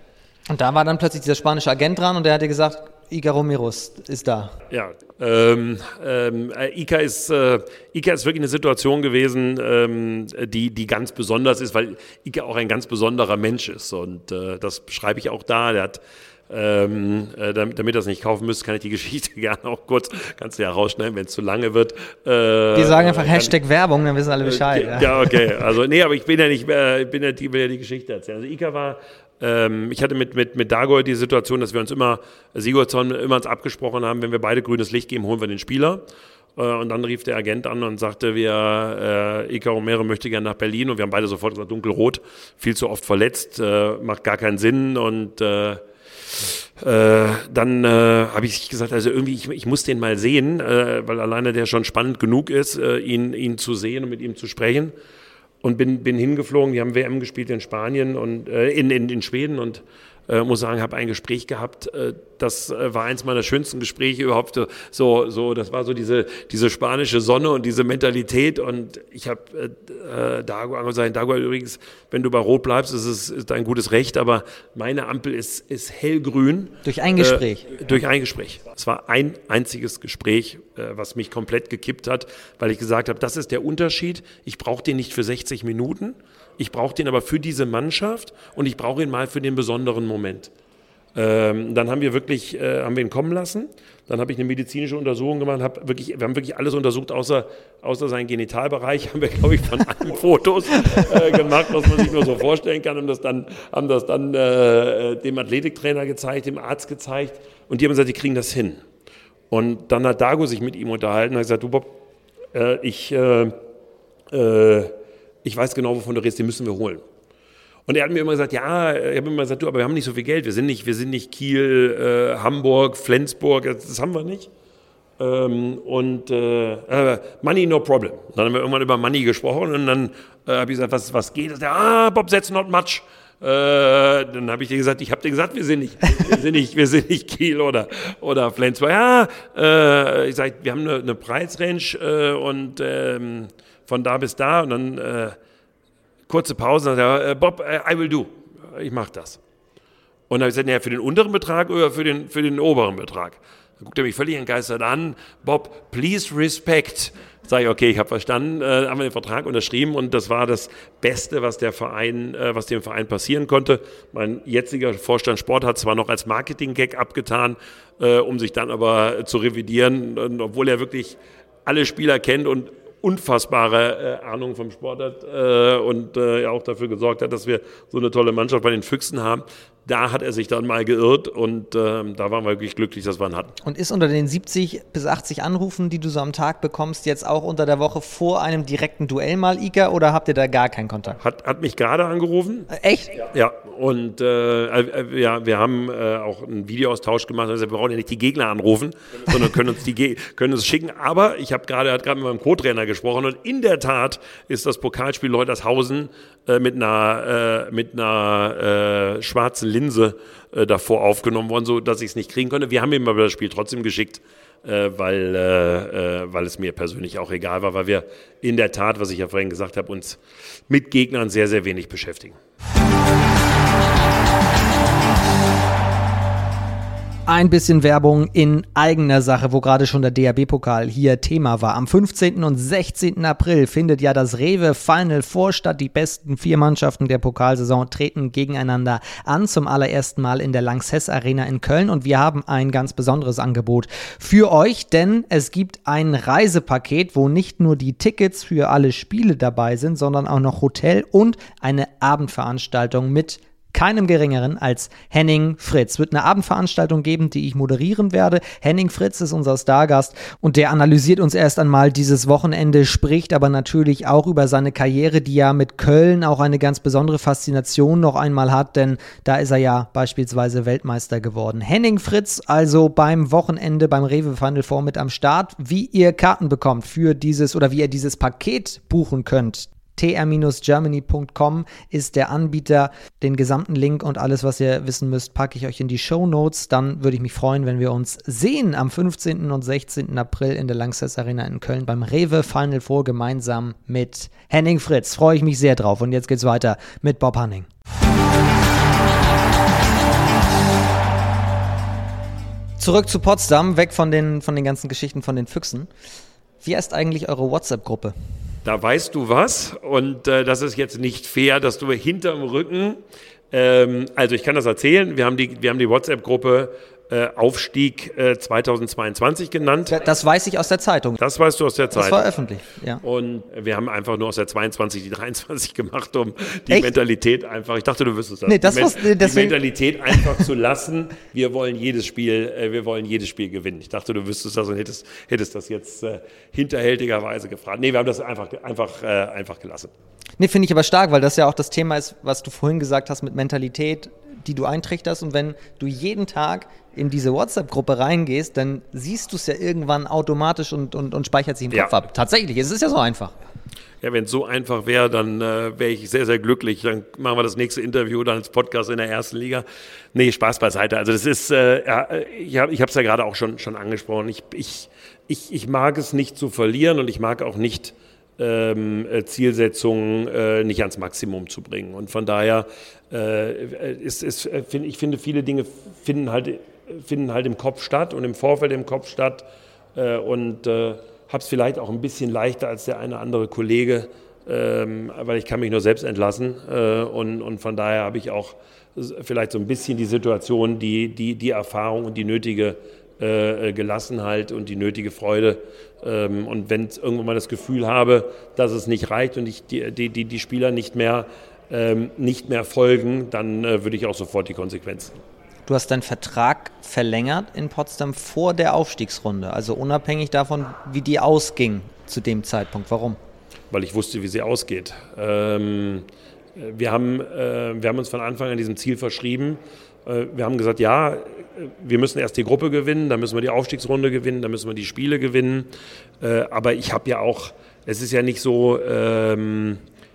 Und da war dann plötzlich dieser spanische Agent dran und der hat dir gesagt, Iker Romero ist, ist da. Ja, ähm, ähm, Iker ist, äh, Iker ist wirklich eine Situation gewesen, ähm, die, die ganz besonders ist, weil Iker auch ein ganz besonderer Mensch ist. Und äh, das beschreibe ich auch da. Der hat Ähm, äh, damit, damit ihr das nicht kaufen müsst, kann ich die Geschichte gerne auch kurz, kannst du ja rausschneiden, wenn es zu lange wird. Äh, Wir sagen einfach Hashtag ich, Werbung, dann wissen alle Bescheid. Äh, ja. ja, okay. Also, nee, aber ich bin ja nicht, äh, ich bin ja, die, will ja die Geschichte erzählen. Also, Iker war, ähm, ich hatte mit, mit, mit Dagold die Situation, dass wir uns immer, Sigurdsson immer uns abgesprochen haben, wenn wir beide grünes Licht geben, holen wir den Spieler. Und dann rief der Agent an und sagte, wir, äh, Iker Romero möchte gerne nach Berlin. Und wir haben beide sofort gesagt, dunkelrot, viel zu oft verletzt, äh, macht gar keinen Sinn. Und äh, Äh, dann äh, habe ich gesagt, also irgendwie, ich, ich muss den mal sehen, äh, weil alleine der schon spannend genug ist, äh, ihn, ihn zu sehen und mit ihm zu sprechen. Und bin, bin hingeflogen, die haben W M gespielt in Spanien und äh, in, in, in Schweden und äh, muss sagen, habe ein Gespräch gehabt, äh, das äh, war eins meiner schönsten Gespräche überhaupt. So, so, das war so diese, diese spanische Sonne und diese Mentalität. Und ich habe äh, Dago angesagt, Dago, übrigens, wenn du bei Rot bleibst, ist es ist dein gutes Recht, aber meine Ampel ist, ist hellgrün. Durch ein Gespräch? Äh, durch ein Gespräch. Es war ein einziges Gespräch, äh, was mich komplett gekippt hat, weil ich gesagt habe, das ist der Unterschied. Ich brauche den nicht für sechzig Minuten, ich brauche den aber für diese Mannschaft und ich brauche ihn mal für den besonderen Moment. Ähm, dann haben wir wirklich, äh, haben wir ihn kommen lassen. Dann habe ich eine medizinische Untersuchung gemacht. Hab wirklich, wir haben wirklich alles untersucht, außer, außer seinen Genitalbereich. Haben wir, glaube ich, von allen Fotos äh, gemacht, was man sich nur so vorstellen kann. Und das dann, haben das dann äh, dem Athletiktrainer gezeigt, dem Arzt gezeigt. Und die haben gesagt, die kriegen das hin. Und dann hat Dago sich mit ihm unterhalten und hat gesagt, du Bob, äh, ich, äh, äh, ich weiß genau, wovon du redest, den müssen wir holen. Und er hat mir immer gesagt, ja, ich habe immer gesagt, du, aber wir haben nicht so viel Geld, wir sind nicht, wir sind nicht Kiel, äh, Hamburg, Flensburg, das haben wir nicht. Ähm, und äh, äh, Money, no problem. Dann haben wir irgendwann über Money gesprochen und dann äh, habe ich gesagt, was, was geht? Das? Ah, Bob, that's not much. Äh, dann habe ich dir gesagt, ich habe dir gesagt, wir sind nicht, wir sind nicht, wir sind nicht Kiel oder oder Flensburg. Ja, äh, ich sage, wir haben eine, eine Preisrange äh, und ähm, von da bis da und dann äh, kurze Pause, äh, Bob, I will do. Ich mache das. Und dann habe ich gesagt, naja, für den unteren Betrag oder für den, für den oberen Betrag? Dann guckt er mich völlig entgeistert an. Bob, please respect. Sage ich, okay, ich habe verstanden, äh, haben wir den Vertrag unterschrieben und das war das Beste, was der Verein, äh, was dem Verein passieren konnte. Mein jetziger Vorstand Sport hat zwar noch als Marketing-Gag abgetan, äh, um sich dann aber zu revidieren, und obwohl er wirklich alle Spieler kennt und unfassbare äh, Ahnung vom Sport hat äh, und äh, auch dafür gesorgt hat, dass wir so eine tolle Mannschaft bei den Füchsen haben. Da hat er sich dann mal geirrt und äh, da waren wir wirklich glücklich, dass wir ihn hatten. Und ist unter den siebzig bis achtzig Anrufen, die du so am Tag bekommst, jetzt auch unter der Woche vor einem direkten Duell mal Iker oder habt ihr da gar keinen Kontakt? Hat, hat mich gerade angerufen. Echt? Ja, und äh, äh, ja, wir haben äh, auch einen Videoaustausch gemacht. Also wir brauchen ja nicht die Gegner anrufen, sondern können uns die Ge- können uns schicken. Aber ich habe gerade, hat gerade mit meinem Co-Trainer gesprochen und in der Tat ist das Pokalspiel Leutershausen äh, mit einer, äh, mit einer äh, schwarzen Linse äh, davor aufgenommen worden, so dass ich es nicht kriegen konnte. Wir haben ihm aber das Spiel trotzdem geschickt, äh, weil, äh, äh, weil es mir persönlich auch egal war, weil wir in der Tat, was ich ja vorhin gesagt habe, uns mit Gegnern sehr, sehr wenig beschäftigen. Ein bisschen Werbung in eigener Sache, wo gerade schon der D H B-Pokal hier Thema war. Am fünfzehnten und sechzehnten April findet ja das Rewe Final Four statt. Die besten vier Mannschaften der Pokalsaison treten gegeneinander an, zum allerersten Mal in der Lanxess Arena in Köln. Und wir haben ein ganz besonderes Angebot für euch, denn es gibt ein Reisepaket, wo nicht nur die Tickets für alle Spiele dabei sind, sondern auch noch Hotel und eine Abendveranstaltung mit keinem Geringeren als Henning Fritz. Es wird eine Abendveranstaltung geben, die ich moderieren werde. Henning Fritz ist unser Stargast und der analysiert uns erst einmal dieses Wochenende, spricht aber natürlich auch über seine Karriere, die ja mit Köln auch eine ganz besondere Faszination noch einmal hat, denn da ist er ja beispielsweise Weltmeister geworden. Henning Fritz also beim Wochenende beim Rewe Final Four mit am Start. Wie ihr Karten bekommt für dieses oder wie ihr dieses Paket buchen könnt, t r germany punkt com ist der Anbieter. Den gesamten Link und alles, was ihr wissen müsst, packe ich euch in die Shownotes. Dann würde ich mich freuen, wenn wir uns sehen am fünfzehnten und sechzehnten April in der Lanxess Arena in Köln beim Rewe Final Four gemeinsam mit Henning Fritz. Freue ich mich sehr drauf. Und jetzt geht's weiter mit Bob Hanning. Zurück zu Potsdam, weg von den, von den ganzen Geschichten von den Füchsen. Wie heißt eigentlich eure WhatsApp-Gruppe? Da weißt du was und äh, das ist jetzt nicht fair, dass du hinterm Rücken, ähm, also ich kann das erzählen, wir haben die, wir haben die WhatsApp-Gruppe äh, Aufstieg äh, zweitausendzweiundzwanzig genannt. Das weiß ich aus der Zeitung. Das weißt du aus der Zeitung. Das war öffentlich, ja. Und wir haben einfach nur aus der zweiundzwanzig die dreiundzwanzig gemacht, um die Echt? Mentalität einfach, ich dachte, du wüsstest das. Nee, das die, was, die deswegen... Mentalität einfach zu lassen, wir wollen jedes Spiel, äh, wir wollen jedes Spiel gewinnen. Ich dachte, du wüsstest das und hättest, hättest das jetzt äh, hinterhältigerweise gefragt. Nee, wir haben das einfach, einfach, äh, einfach gelassen. Nee, finde ich aber stark, weil das ja auch das Thema ist, was du vorhin gesagt hast mit Mentalität, die du eintrichterst. Und wenn du jeden Tag in diese WhatsApp-Gruppe reingehst, dann siehst du es ja irgendwann automatisch und, und, und speichert sich im Kopf ja. ab. Tatsächlich, es ist ja so einfach. Ja, wenn es so einfach wäre, dann äh, wäre ich sehr, sehr glücklich. Dann machen wir das nächste Interview dann als Podcast in der ersten Liga. Nee, Spaß beiseite. Also das ist, äh, ja, ich habe es ja gerade auch schon, schon angesprochen. Ich, ich, ich, ich mag es nicht zu verlieren und ich mag auch nicht ähm, Zielsetzungen äh, nicht ans Maximum zu bringen. Und von daher äh, ist, ist, find, ich finde, viele Dinge finden halt, finden halt im Kopf statt und im Vorfeld im Kopf statt. Äh, und äh, habe es vielleicht auch ein bisschen leichter als der eine oder andere Kollege, ähm, weil ich kann mich nur selbst entlassen. Äh, und, und von daher habe ich auch vielleicht so ein bisschen die Situation, die, die, die Erfahrung und die nötige äh, Gelassenheit und die nötige Freude. Ähm, und wenn ich irgendwann mal das Gefühl habe, dass es nicht reicht und ich die, die, die, die Spieler nicht mehr, ähm, nicht mehr folgen, dann äh, würde ich auch sofort die Konsequenzen. Du hast deinen Vertrag verlängert in Potsdam vor der Aufstiegsrunde, also unabhängig davon, wie die ausging zu dem Zeitpunkt. Warum? Weil ich wusste, wie sie ausgeht. Ähm, wir, haben, äh, wir haben uns von Anfang an diesem Ziel verschrieben. Äh, wir haben gesagt, ja, wir müssen erst die Gruppe gewinnen, dann müssen wir die Aufstiegsrunde gewinnen, dann müssen wir die Spiele gewinnen. Äh, aber ich habe ja auch, es ist ja nicht so... Ähm,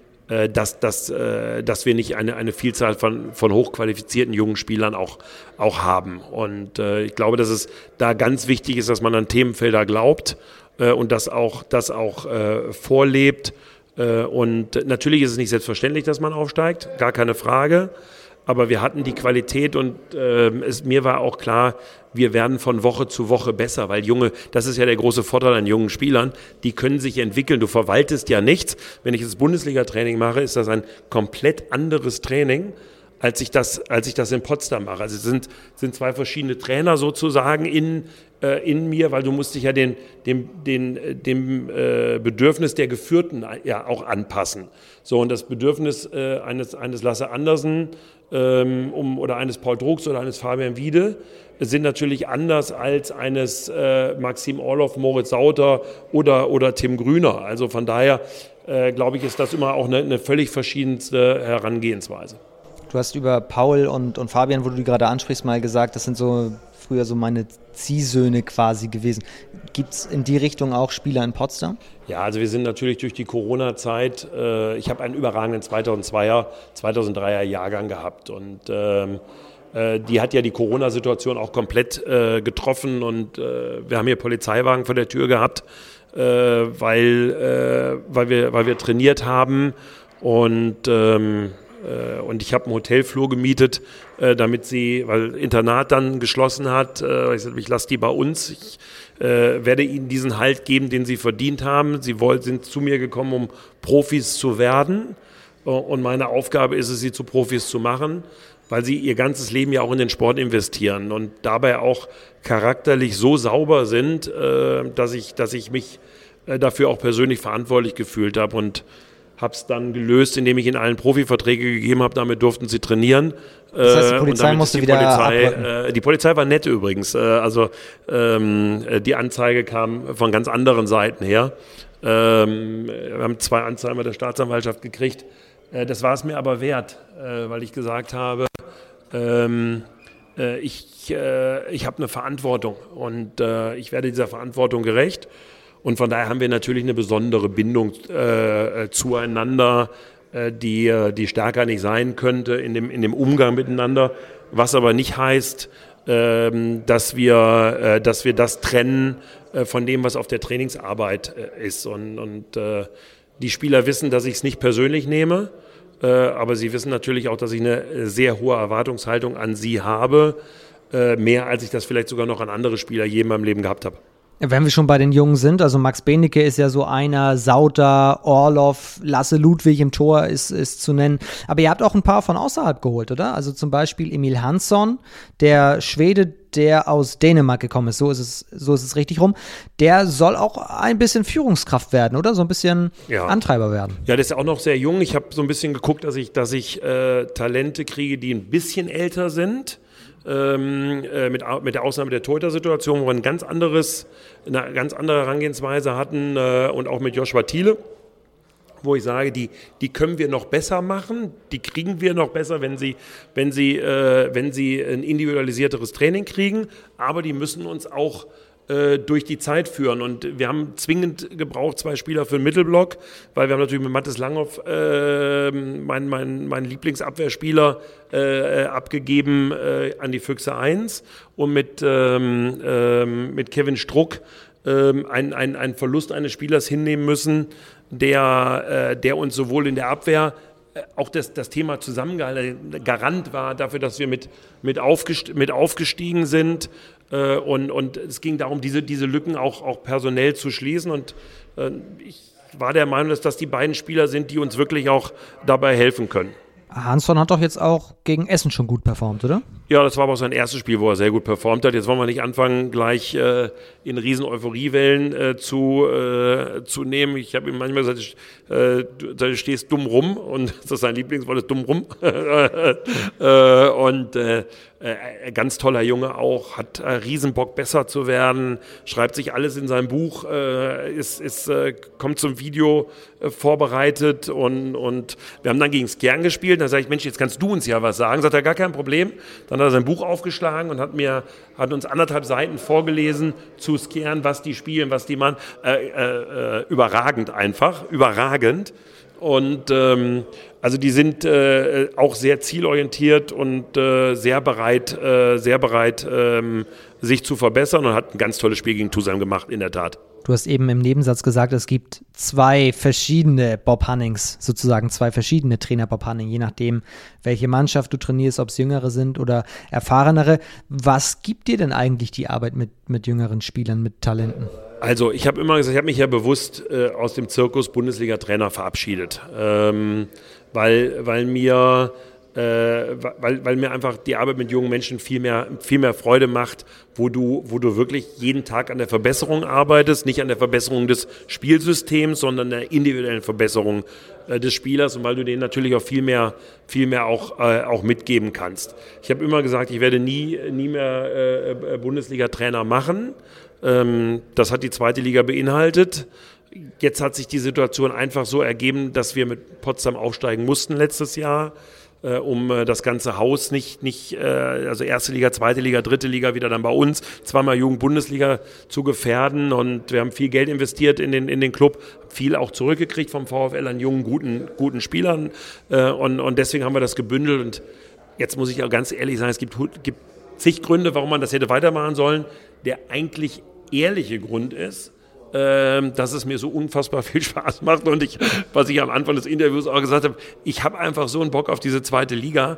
Dass, dass, dass wir nicht eine, eine Vielzahl von, von hochqualifizierten jungen Spielern auch, auch haben. Und äh, ich glaube, dass es da ganz wichtig ist, dass man an Themenfelder glaubt äh, und das auch, das auch äh, vorlebt. Äh, und natürlich ist es nicht selbstverständlich, dass man aufsteigt, gar keine Frage. Aber wir hatten die Qualität und äh, es, mir war auch klar, wir werden von Woche zu Woche besser, weil junge, das ist ja der große Vorteil an jungen Spielern, die können sich entwickeln. Du verwaltest ja nichts. Wenn ich das Bundesliga-Training mache, ist das ein komplett anderes Training, als ich das, als ich das in Potsdam mache. Also es sind, sind zwei verschiedene Trainer sozusagen in, äh, in mir, weil du musst dich ja den, dem, den, dem äh, Bedürfnis der Geführten ja auch anpassen. So, und das Bedürfnis äh, eines, eines Lasse Andersen ähm, um, oder eines Paul Drucks oder eines Fabian Wiede sind natürlich anders als eines äh, Maxim Orloff, Moritz Sauter oder, oder Tim Grüner. Also von daher äh, glaube ich, ist das immer auch eine, eine völlig verschiedenste Herangehensweise. Du hast über Paul und, und Fabian, wo du die gerade ansprichst, mal gesagt, das sind so früher so meine Ziehsöhne quasi gewesen. Gibt es in die Richtung auch Spieler in Potsdam? Ja, also wir sind natürlich durch die Corona-Zeit, äh, ich habe einen überragenden zweitausendzweier, zweitausenddreier Jahrgang gehabt und ähm, äh, die hat ja die Corona-Situation auch komplett äh, getroffen und äh, wir haben hier Polizeiwagen vor der Tür gehabt, äh, weil, äh, weil, wir, weil wir trainiert haben und ähm, Und ich habe einen Hotelflur gemietet, äh, damit sie, weil Internat dann geschlossen hat, äh, ich sagte, ich lasse die bei uns. Ich äh, werde ihnen diesen Halt geben, den sie verdient haben. Sie wollen, sind zu mir gekommen, um Profis zu werden. Äh, und meine Aufgabe ist es, sie zu Profis zu machen, weil sie ihr ganzes Leben ja auch in den Sport investieren und dabei auch charakterlich so sauber sind, äh, dass ich, dass ich mich äh, dafür auch persönlich verantwortlich gefühlt habe. Und habe es dann gelöst, indem ich ihnen allen Profiverträge gegeben habe. Damit durften sie trainieren. Das heißt, die Polizei und musste die wieder Polizei, abrücken. äh, Die Polizei war nett übrigens. Äh, also ähm, die Anzeige kam von ganz anderen Seiten her. Ähm, wir haben zwei Anzeigen bei der Staatsanwaltschaft gekriegt. Äh, das war es mir aber wert, äh, weil ich gesagt habe, ähm, äh, ich, äh, ich habe eine Verantwortung und äh, ich werde dieser Verantwortung gerecht. Und von daher haben wir natürlich eine besondere Bindung äh, zueinander, äh, die, die stärker nicht sein könnte in dem, in dem Umgang miteinander. Was aber nicht heißt, äh, dass, wir, äh, dass wir das trennen äh, von dem, was auf der Trainingsarbeit äh, ist. Und, und äh, die Spieler wissen, dass ich es nicht persönlich nehme, äh, aber sie wissen natürlich auch, dass ich eine sehr hohe Erwartungshaltung an sie habe, äh, mehr als ich das vielleicht sogar noch an andere Spieler je in meinem Leben gehabt habe. Wenn wir schon bei den Jungen sind, also Max Benecke ist ja so einer, Sauter, Orloff, Lasse Ludwig im Tor ist, ist zu nennen. Aber ihr habt auch ein paar von außerhalb geholt, oder? Also zum Beispiel Emil Hansson, der Schwede, der aus Dänemark gekommen ist. So ist es, so ist es richtig rum. Der soll auch ein bisschen Führungskraft werden, oder? So ein bisschen ja. Antreiber werden. Ja, der ist auch noch sehr jung. Ich habe so ein bisschen geguckt, dass ich, dass ich äh, Talente kriege, die ein bisschen älter sind. Ähm, äh, mit, mit der Ausnahme der Torhüter-Situation, wo wir ein ganz anderes, eine ganz andere Herangehensweise hatten äh, und auch mit Joshua Thiele, wo ich sage, die, die können wir noch besser machen, die kriegen wir noch besser, wenn sie, wenn sie, äh, wenn sie ein individualisierteres Training kriegen, aber die müssen uns auch äh, durch die Zeit führen. Und wir haben zwingend gebraucht zwei Spieler für den Mittelblock, weil wir haben natürlich mit Mathis Langhoff äh, meinen mein, mein Lieblingsabwehrspieler äh, abgegeben äh, an die Füchse eins und mit, ähm, äh, mit Kevin Struck ähm, einen ein Verlust eines Spielers hinnehmen müssen, der, äh, der uns sowohl in der Abwehr äh, auch das, das Thema zusammengehalten, Garant war dafür, dass wir mit, mit, aufgest- mit aufgestiegen sind. Äh, und, und es ging darum, diese, diese Lücken auch, auch personell zu schließen. Und äh, ich war der Meinung, dass das die beiden Spieler sind, die uns wirklich auch dabei helfen können. Hansson hat doch jetzt auch gegen Essen schon gut performt, oder? Ja, das war aber auch sein erstes Spiel, wo er sehr gut performt hat. Jetzt wollen wir nicht anfangen, gleich äh, in riesen Euphoriewellen äh, zu, äh, zu nehmen. Ich habe ihm manchmal gesagt, äh, du, du stehst dumm rum und das ist sein Lieblingswort, ist dumm rum. äh, und äh, äh, ganz toller Junge auch, hat äh, Riesenbock besser zu werden, schreibt sich alles in sein Buch, äh, ist, ist, äh, kommt zum Video äh, vorbereitet und, und wir haben dann gegen Skjern gespielt. Dann sage ich, Mensch, jetzt kannst du uns ja was sagen. Sagt er, gar kein Problem. Dann hat er sein Buch aufgeschlagen und hat mir hat uns anderthalb Seiten vorgelesen zu Skjern, was die spielen, was die machen. Äh, äh, überragend einfach, überragend. Und ähm, also die sind äh, auch sehr zielorientiert und äh, sehr bereit, äh, sehr bereit, ähm, sich zu verbessern und hat ein ganz tolles Spiel gegen Tusem gemacht, in der Tat. Du hast eben im Nebensatz gesagt, es gibt zwei verschiedene Bob Hunnings, sozusagen zwei verschiedene Trainer Bob Hunning, je nachdem, welche Mannschaft du trainierst, ob es jüngere sind oder erfahrenere. Was gibt dir denn eigentlich die Arbeit mit, mit jüngeren Spielern, mit Talenten? Also ich habe immer gesagt, ich habe mich ja bewusst äh, aus dem Zirkus Bundesliga-Trainer verabschiedet, ähm, weil, weil mir... Äh, weil, weil mir einfach die Arbeit mit jungen Menschen viel mehr, viel mehr Freude macht, wo du, wo du wirklich jeden Tag an der Verbesserung arbeitest, nicht an der Verbesserung des Spielsystems, sondern der individuellen Verbesserung äh, des Spielers und weil du denen natürlich auch viel mehr, viel mehr auch, äh, auch mitgeben kannst. Ich habe immer gesagt, ich werde nie, nie mehr äh, Bundesliga-Trainer machen. Ähm, das hat die zweite Liga beinhaltet. Jetzt hat sich die Situation einfach so ergeben, dass wir mit Potsdam aufsteigen mussten letztes Jahr, äh, um äh, das ganze Haus nicht, nicht äh, also erste Liga, zweite Liga, dritte Liga wieder dann bei uns, zweimal Jugend-Bundesliga zu gefährden. Und wir haben viel Geld investiert in den, in den Club, viel auch zurückgekriegt vom VfL an jungen, guten, guten Spielern. Äh, und, und deswegen haben wir das gebündelt. Und jetzt muss ich auch ganz ehrlich sagen, es gibt, gibt zig Gründe, warum man das hätte weitermachen sollen. Der eigentlich ehrliche Grund ist, dass es mir so unfassbar viel Spaß macht und ich, was ich am Anfang des Interviews auch gesagt habe, ich habe einfach so einen Bock auf diese zweite Liga,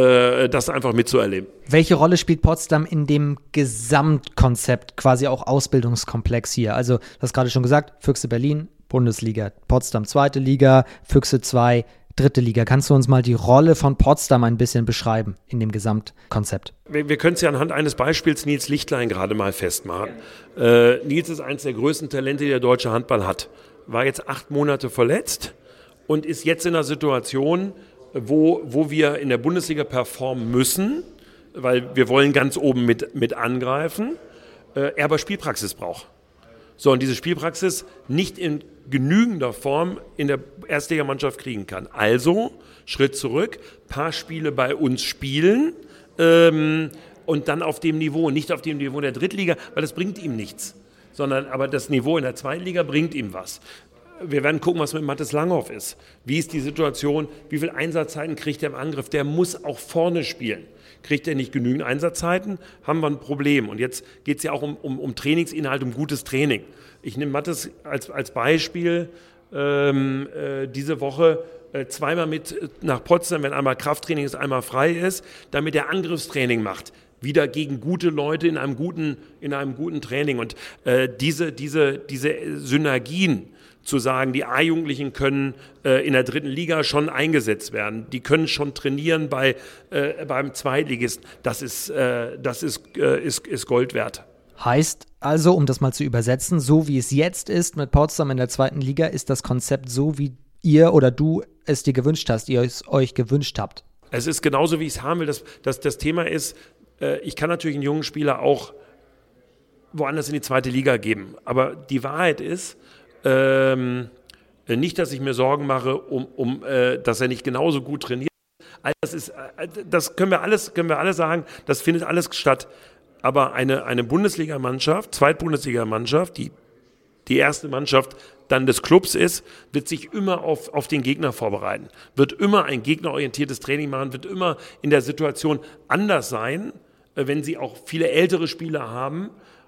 das einfach mitzuerleben. Welche Rolle spielt Potsdam in dem Gesamtkonzept, quasi auch Ausbildungskomplex hier? Also, du hast gerade schon gesagt, Füchse Berlin, Bundesliga, Potsdam zweite Liga, Füchse zwei, dritte Liga. Kannst du uns mal die Rolle von Potsdam ein bisschen beschreiben in dem Gesamtkonzept? Wir, wir können es ja anhand eines Beispiels Nils Lichtlein gerade mal festmachen. Äh, Nils ist eines der größten Talente, die der deutsche Handball hat. War jetzt acht Monate verletzt und ist jetzt in einer Situation, wo, wo wir in der Bundesliga performen müssen, weil wir wollen ganz oben mit, mit angreifen, äh, er aber Spielpraxis braucht. So, und diese Spielpraxis nicht in genügender Form in der Erstligamannschaft kriegen kann. Also, Schritt zurück, paar Spiele bei uns spielen ähm, und dann auf dem Niveau, nicht auf dem Niveau der Drittliga, weil das bringt ihm nichts, sondern aber das Niveau in der zweiten Liga bringt ihm was. Wir werden gucken, was mit Mathis Langhoff ist. Wie ist die Situation, wie viele Einsatzzeiten kriegt er im Angriff? Der muss auch vorne spielen. Kriegt er nicht genügend Einsatzzeiten, haben wir ein Problem. Und jetzt geht es ja auch um, um, um Trainingsinhalt, um gutes Training. Ich nehme Mathis als, als Beispiel ähm, äh, diese Woche äh, zweimal mit nach Potsdam, wenn einmal Krafttraining ist, einmal frei ist, damit er Angriffstraining macht. Wieder gegen gute Leute in einem guten, in einem guten Training. Und äh, diese, diese, diese Synergien, zu sagen, die A-Jugendlichen können äh, in der dritten Liga schon eingesetzt werden, die können schon trainieren bei, äh, beim Zweitligisten, das ist, äh, das ist, äh, ist, ist Gold wert. Heißt also, um das mal zu übersetzen, so wie es jetzt ist mit Potsdam in der zweiten Liga, ist das Konzept so, wie ihr oder du es dir gewünscht hast, ihr es euch gewünscht habt? Es ist genauso, wie ich es haben will. Das, das, das Thema ist, äh, ich kann natürlich einen jungen Spieler auch woanders in die zweite Liga geben, aber die Wahrheit ist, Ähm, Äh, nicht, dass ich mir Sorgen mache, um, um, äh, dass er nicht genauso gut trainiert. Das, ist, das können wir alles, können wir alles sagen, das findet alles statt. Aber eine, eine Bundesligamannschaft, Zweitbundesligamannschaft, die die erste Mannschaft dann des Clubs ist, wird sich immer auf, auf den Gegner vorbereiten, wird immer ein gegnerorientiertes Training machen, wird immer in der Situation anders sein, wenn sie auch viele ältere Spieler haben,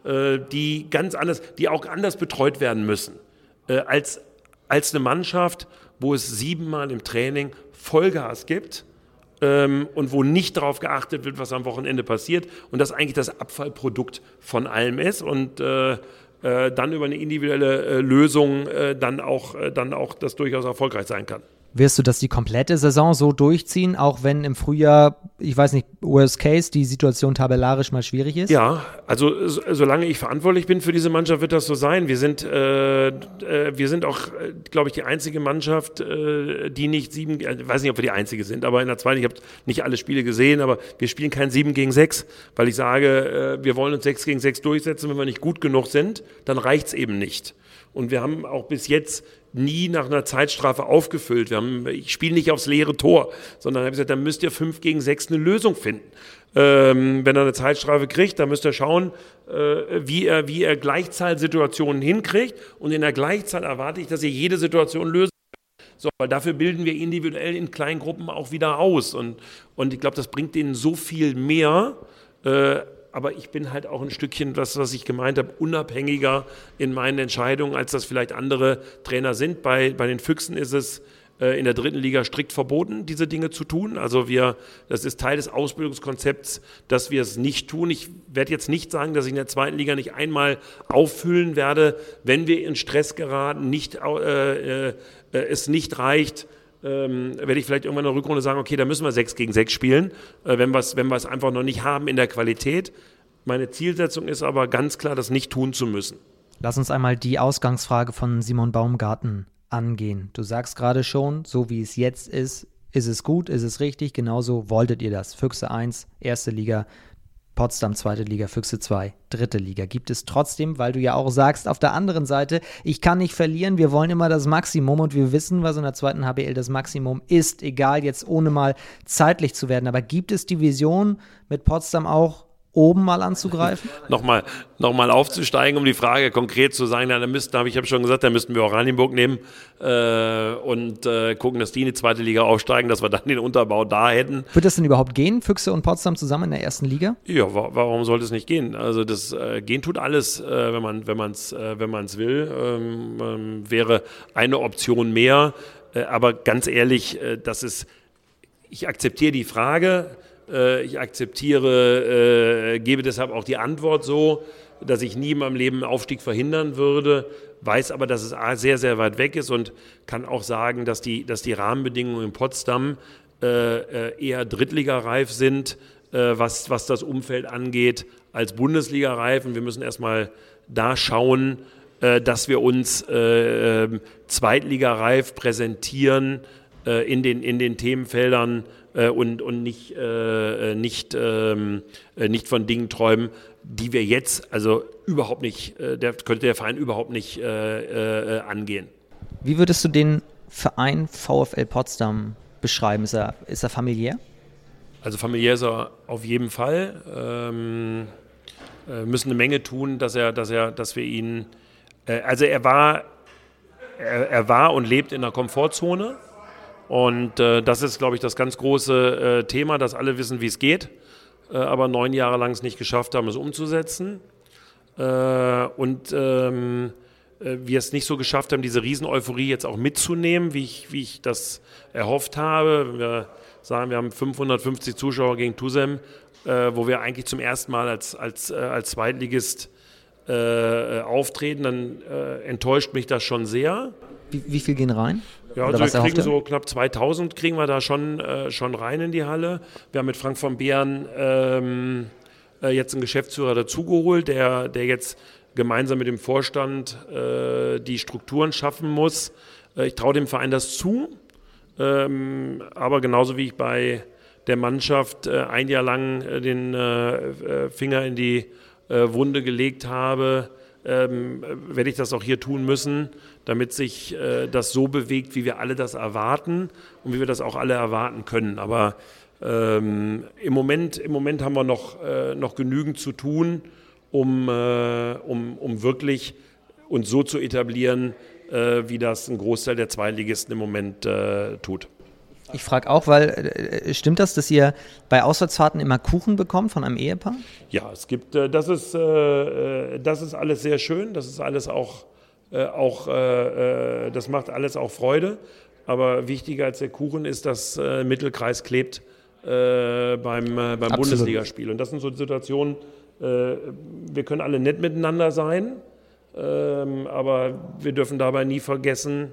die ganz anders, die auch anders betreut werden müssen, als, als eine Mannschaft, wo es siebenmal im Training Vollgas gibt. Ähm, und wo nicht darauf geachtet wird, was am Wochenende passiert und das eigentlich das Abfallprodukt von allem ist und äh, äh, dann über eine individuelle äh, Lösung äh, dann, auch, äh, dann auch das durchaus erfolgreich sein kann. Wirst du das die komplette Saison so durchziehen, auch wenn im Frühjahr, ich weiß nicht, worst case, die Situation tabellarisch mal schwierig ist? Ja, also so, solange ich verantwortlich bin für diese Mannschaft, wird das so sein. Wir sind, äh, äh, wir sind auch, äh, glaube ich, die einzige Mannschaft, äh, die nicht sieben, ich äh, weiß nicht, ob wir die einzige sind, aber in der zweiten, ich habe nicht alle Spiele gesehen, aber wir spielen kein sieben gegen sechs, weil ich sage, äh, wir wollen uns sechs gegen sechs durchsetzen. Wenn wir nicht gut genug sind, dann reicht's eben nicht. Und wir haben auch bis jetzt nie nach einer Zeitstrafe aufgefüllt. Wir haben, ich spiele nicht aufs leere Tor, sondern habe gesagt, dann müsst ihr fünf gegen sechs eine Lösung finden. Ähm, wenn er eine Zeitstrafe kriegt, dann müsst ihr schauen, äh, wie er, wie er Gleichzahlsituationen hinkriegt. Und in der Gleichzahl erwarte ich, dass ihr jede Situation löst. So, weil dafür bilden wir individuell in kleinen Gruppen auch wieder aus. Und, und ich glaube, das bringt denen so viel mehr. Äh, Aber ich bin halt auch ein Stückchen, das, was ich gemeint habe, unabhängiger in meinen Entscheidungen, als das vielleicht andere Trainer sind. Bei, bei den Füchsen ist es äh, in der dritten Liga strikt verboten, diese Dinge zu tun. Also wir, das ist Teil des Ausbildungskonzepts, dass wir es nicht tun. Ich werde jetzt nicht sagen, dass ich in der zweiten Liga nicht einmal auffüllen werde, wenn wir in Stress geraten, nicht, äh, äh, es nicht reicht. Ähm, werde ich vielleicht irgendwann in der Rückrunde sagen, okay, da müssen wir sechs gegen sechs spielen, äh, wenn wir es wenn wir es einfach noch nicht haben in der Qualität. Meine Zielsetzung ist aber ganz klar, das nicht tun zu müssen. Lass uns einmal die Ausgangsfrage von Simon Baumgarten angehen. Du sagst gerade schon, so wie es jetzt ist, ist es gut, ist es richtig, genauso wolltet ihr das. Füchse eins, erste Liga, Potsdam zweite Liga, Füchse zwei, dritte Liga. Gibt es trotzdem, weil du ja auch sagst, auf der anderen Seite, ich kann nicht verlieren, wir wollen immer das Maximum und wir wissen, was in der zweiten H B L das Maximum ist, egal jetzt ohne mal zeitlich zu werden. Aber gibt es die Vision mit Potsdam auch, oben mal anzugreifen? nochmal, nochmal aufzusteigen, um die Frage konkret zu sagen, dann müssten, habe ich habe schon gesagt, da müssten wir auch Oranienburg nehmen äh, und äh, gucken, dass die in die zweite Liga aufsteigen, dass wir dann den Unterbau da hätten. Wird das denn überhaupt gehen, Füchse und Potsdam zusammen in der ersten Liga? Ja, wa- warum sollte es nicht gehen? Also das äh, gehen tut alles, äh, wenn man wenn man es äh, wenn man es will. Ähm, ähm, wäre eine Option mehr, äh, aber ganz ehrlich, äh, das ist, ich akzeptiere die Frage. Ich akzeptiere, äh, gebe deshalb auch die Antwort so, dass ich nie in meinem Leben einen Aufstieg verhindern würde, weiß aber, dass es sehr, sehr weit weg ist und kann auch sagen, dass die, dass die Rahmenbedingungen in Potsdam äh, eher drittligareif sind, äh, was, was das Umfeld angeht, als Bundesligareif. Und wir müssen erstmal da schauen, äh, dass wir uns äh, zweitligareif präsentieren äh, in den, in den Themenfeldern, Und, und nicht, äh, nicht, ähm, nicht von Dingen träumen, die wir jetzt also überhaupt nicht, äh, der, könnte der Verein überhaupt nicht äh, äh, angehen. Wie würdest du den Verein VfL Potsdam beschreiben? Ist er, ist er familiär? Also familiär ist er auf jeden Fall. Ähm, äh, müssen eine Menge tun, dass er, dass er, dass wir ihn, äh, also er war, er, er war und lebt in der Komfortzone. Und äh, das ist, glaube ich, das ganz große äh, Thema, dass alle wissen, wie es geht, äh, aber neun Jahre lang es nicht geschafft haben, es umzusetzen. Äh, und ähm, äh, wir es nicht so geschafft haben, diese Riesen-Euphorie jetzt auch mitzunehmen, wie ich, wie ich das erhofft habe. Wir sagen, wir haben fünfhundertfünfzig Zuschauer gegen Tusem, äh, wo wir eigentlich zum ersten Mal als, als, äh, als Zweitligist äh, auftreten. Dann äh, enttäuscht mich das schon sehr. Wie, wie viel gehen rein? Ja, also wir kriegen so knapp zweitausend kriegen wir da schon, äh, schon rein in die Halle. Wir haben mit Frank von Beeren ähm, äh, jetzt einen Geschäftsführer dazugeholt, der, der jetzt gemeinsam mit dem Vorstand äh, die Strukturen schaffen muss. Äh, ich traue dem Verein das zu, ähm, aber genauso wie ich bei der Mannschaft äh, ein Jahr lang äh, den äh, Finger in die äh, Wunde gelegt habe, ähm, werde ich das auch hier tun müssen, damit sich äh, das so bewegt, wie wir alle das erwarten und wie wir das auch alle erwarten können. Aber ähm, im Moment, im Moment haben wir noch, äh, noch genügend zu tun, um, äh, um, um wirklich uns so zu etablieren, äh, wie das ein Großteil der Zweitligisten im Moment äh, tut. Ich frage auch, weil äh, stimmt das, dass ihr bei Auswärtsfahrten immer Kuchen bekommt von einem Ehepaar? Ja, es gibt, äh, das ist, äh, das ist alles sehr schön, das ist alles auch, äh, auch äh, das macht alles auch Freude. Aber wichtiger als der Kuchen ist, dass äh, Mittelkreis klebt äh, beim, äh, beim Bundesligaspiel. Und das sind so Situationen, äh, wir können alle nett miteinander sein, äh, aber wir dürfen dabei nie vergessen,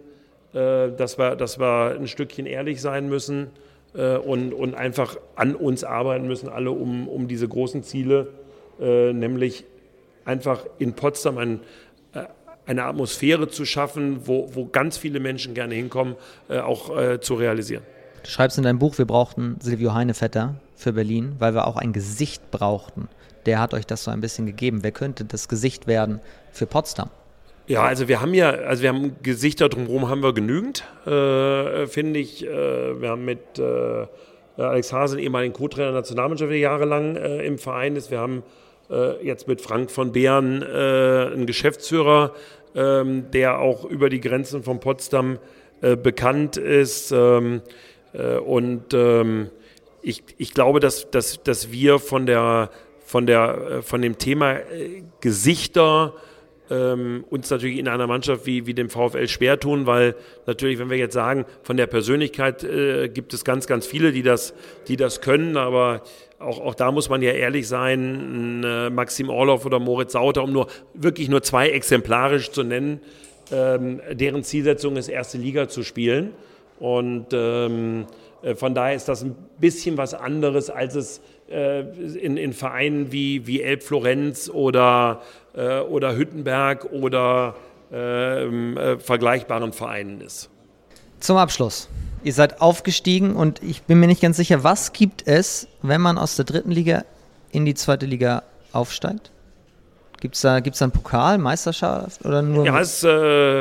Dass wir, dass wir ein Stückchen ehrlich sein müssen äh, und, und einfach an uns arbeiten müssen, alle um, um diese großen Ziele, äh, nämlich einfach in Potsdam ein, äh, eine Atmosphäre zu schaffen, wo, wo ganz viele Menschen gerne hinkommen, äh, auch äh, zu realisieren. Du schreibst in deinem Buch, wir brauchten Silvio Heinevetter für Berlin, weil wir auch ein Gesicht brauchten. Der hat euch das so ein bisschen gegeben. Wer könnte das Gesicht werden für Potsdam? Ja, also wir haben ja, also wir haben Gesichter drumherum haben wir genügend, äh, finde ich. Äh, wir haben mit äh, Alex Hasen, ehemaligen Co-Trainer der Nationalmannschaft, der jahrelang äh, im Verein ist. Wir haben äh, jetzt mit Frank von Beeren äh, einen Geschäftsführer, äh, der auch über die Grenzen von Potsdam äh, bekannt ist. Ähm, äh, und ähm, ich, ich glaube, dass, dass, dass wir von der, von der, von dem Thema äh, Gesichter Ähm, uns natürlich in einer Mannschaft wie, wie dem VfL schwer tun, weil natürlich, wenn wir jetzt sagen, von der Persönlichkeit äh, gibt es ganz, ganz viele, die das, die das können, aber auch, auch da muss man ja ehrlich sein, ein, äh, Maxim Orloff oder Moritz Sauter, um nur wirklich nur zwei exemplarisch zu nennen, ähm, deren Zielsetzung ist, erste Liga zu spielen. Und ähm, äh, von daher ist das ein bisschen was anderes, als es äh, in, in Vereinen wie, wie Elbflorenz oder oder Hüttenberg oder äh, äh, vergleichbaren Vereinen ist. Zum Abschluss. Ihr seid aufgestiegen und ich bin mir nicht ganz sicher, was gibt es, wenn man aus der dritten Liga in die zweite Liga aufsteigt? Gibt es da, gibt's da einen Pokal, Meisterschaft oder nur? Ja, es, äh,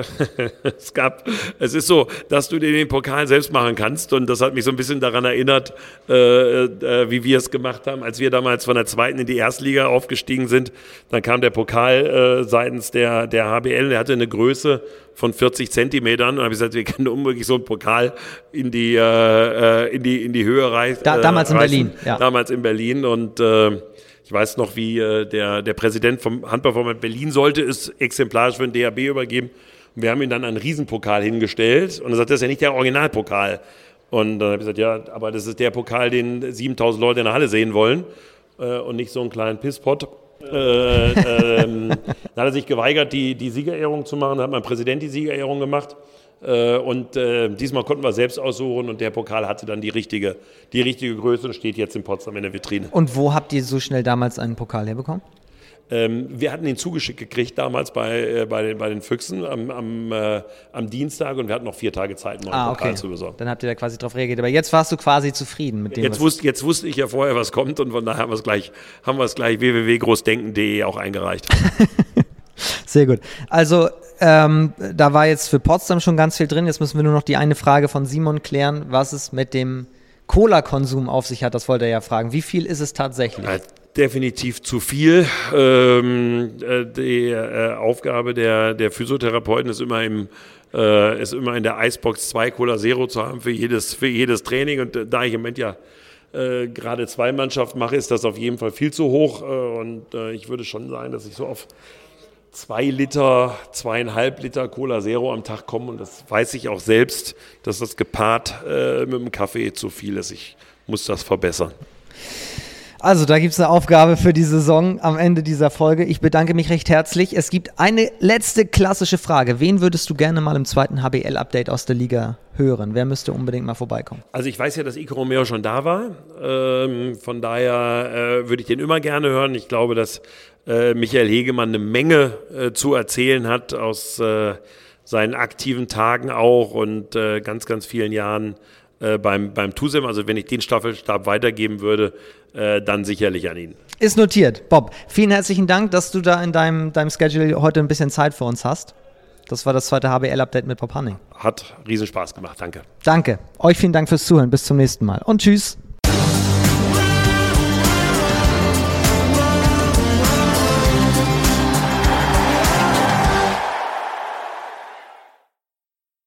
es gab, es ist so, dass du dir den Pokal selbst machen kannst und das hat mich so ein bisschen daran erinnert, äh, äh, wie wir es gemacht haben, als wir damals von der zweiten in die Erstliga aufgestiegen sind. Dann kam der Pokal äh, seitens der, der H B L, der hatte eine Größe von vierzig Zentimetern und habe ich gesagt, wir können unmöglich so einen Pokal in die, äh, in die, in die Höhe reißen. Da, damals in Berlin, ja. Damals in Berlin und äh, ich weiß noch, wie äh, der, der Präsident vom Handballverband Berlin sollte es exemplarisch für den D H B übergeben. Und wir haben ihm dann einen Riesenpokal hingestellt und er sagt, das ist ja nicht der Originalpokal. Und dann habe ich gesagt, ja, aber das ist der Pokal, den siebentausend Leute in der Halle sehen wollen äh, und nicht so einen kleinen Pisspot. Äh, ähm, dann hat er sich geweigert, die, die Siegerehrung zu machen. Dann hat mein Präsident die Siegerehrung gemacht. Äh, und äh, diesmal konnten wir selbst aussuchen und der Pokal hatte dann die richtige, die richtige Größe und steht jetzt in Potsdam in der Vitrine. Und wo habt ihr so schnell damals einen Pokal herbekommen? Ähm, wir hatten ihn zugeschickt gekriegt damals bei, äh, bei, den, bei den Füchsen am, am, äh, am Dienstag und wir hatten noch vier Tage Zeit, einen neuen ah, Pokal okay. zu besorgen. Dann habt ihr da quasi drauf reagiert. Aber jetzt warst du quasi zufrieden mit dem, jetzt, wusste, jetzt wusste ich ja vorher, was kommt und von daher haben wir es gleich, haben wir es gleich w w w punkt großdenken punkt d e auch eingereicht. Sehr gut. Also ähm, da war jetzt für Potsdam schon ganz viel drin. Jetzt müssen wir nur noch die eine Frage von Simon klären, was es mit dem Cola-Konsum auf sich hat. Das wollte er ja fragen. Wie viel ist es tatsächlich? Ja, definitiv zu viel. Ähm, äh, die äh, Aufgabe der, der Physiotherapeuten ist immer, im, äh, ist immer in der Icebox zwei Cola Zero zu haben für jedes, für jedes Training. Und äh, da ich im Moment ja äh, gerade zwei Mannschaften mache, ist das auf jeden Fall viel zu hoch. Äh, und äh, ich würde schon sagen, dass ich so auf zwei Liter, zweieinhalb Liter Cola Zero am Tag komme und das weiß ich auch selbst, dass das gepaart äh, mit dem Kaffee zu viel ist. Ich muss das verbessern. Also da gibt es eine Aufgabe für die Saison am Ende dieser Folge. Ich bedanke mich recht herzlich. Es gibt eine letzte klassische Frage. Wen würdest du gerne mal im zweiten H B L-Update aus der Liga hören? Wer müsste unbedingt mal vorbeikommen? Also ich weiß ja, dass Ico Romeo schon da war. Ähm, von daher äh, würde ich den immer gerne hören. Ich glaube, dass äh, Michael Hegemann eine Menge äh, zu erzählen hat aus äh, seinen aktiven Tagen auch und äh, ganz, ganz vielen Jahren äh, beim, beim TUSEM. Also wenn ich den Staffelstab weitergeben würde, äh, dann sicherlich an ihn. Ist notiert. Bob, vielen herzlichen Dank, dass du da in deinem, deinem Schedule heute ein bisschen Zeit für uns hast. Das war das zweite H B L-Update mit Bob Hanning. Hat riesen Spaß gemacht, danke. Danke. Euch vielen Dank fürs Zuhören. Bis zum nächsten Mal und tschüss.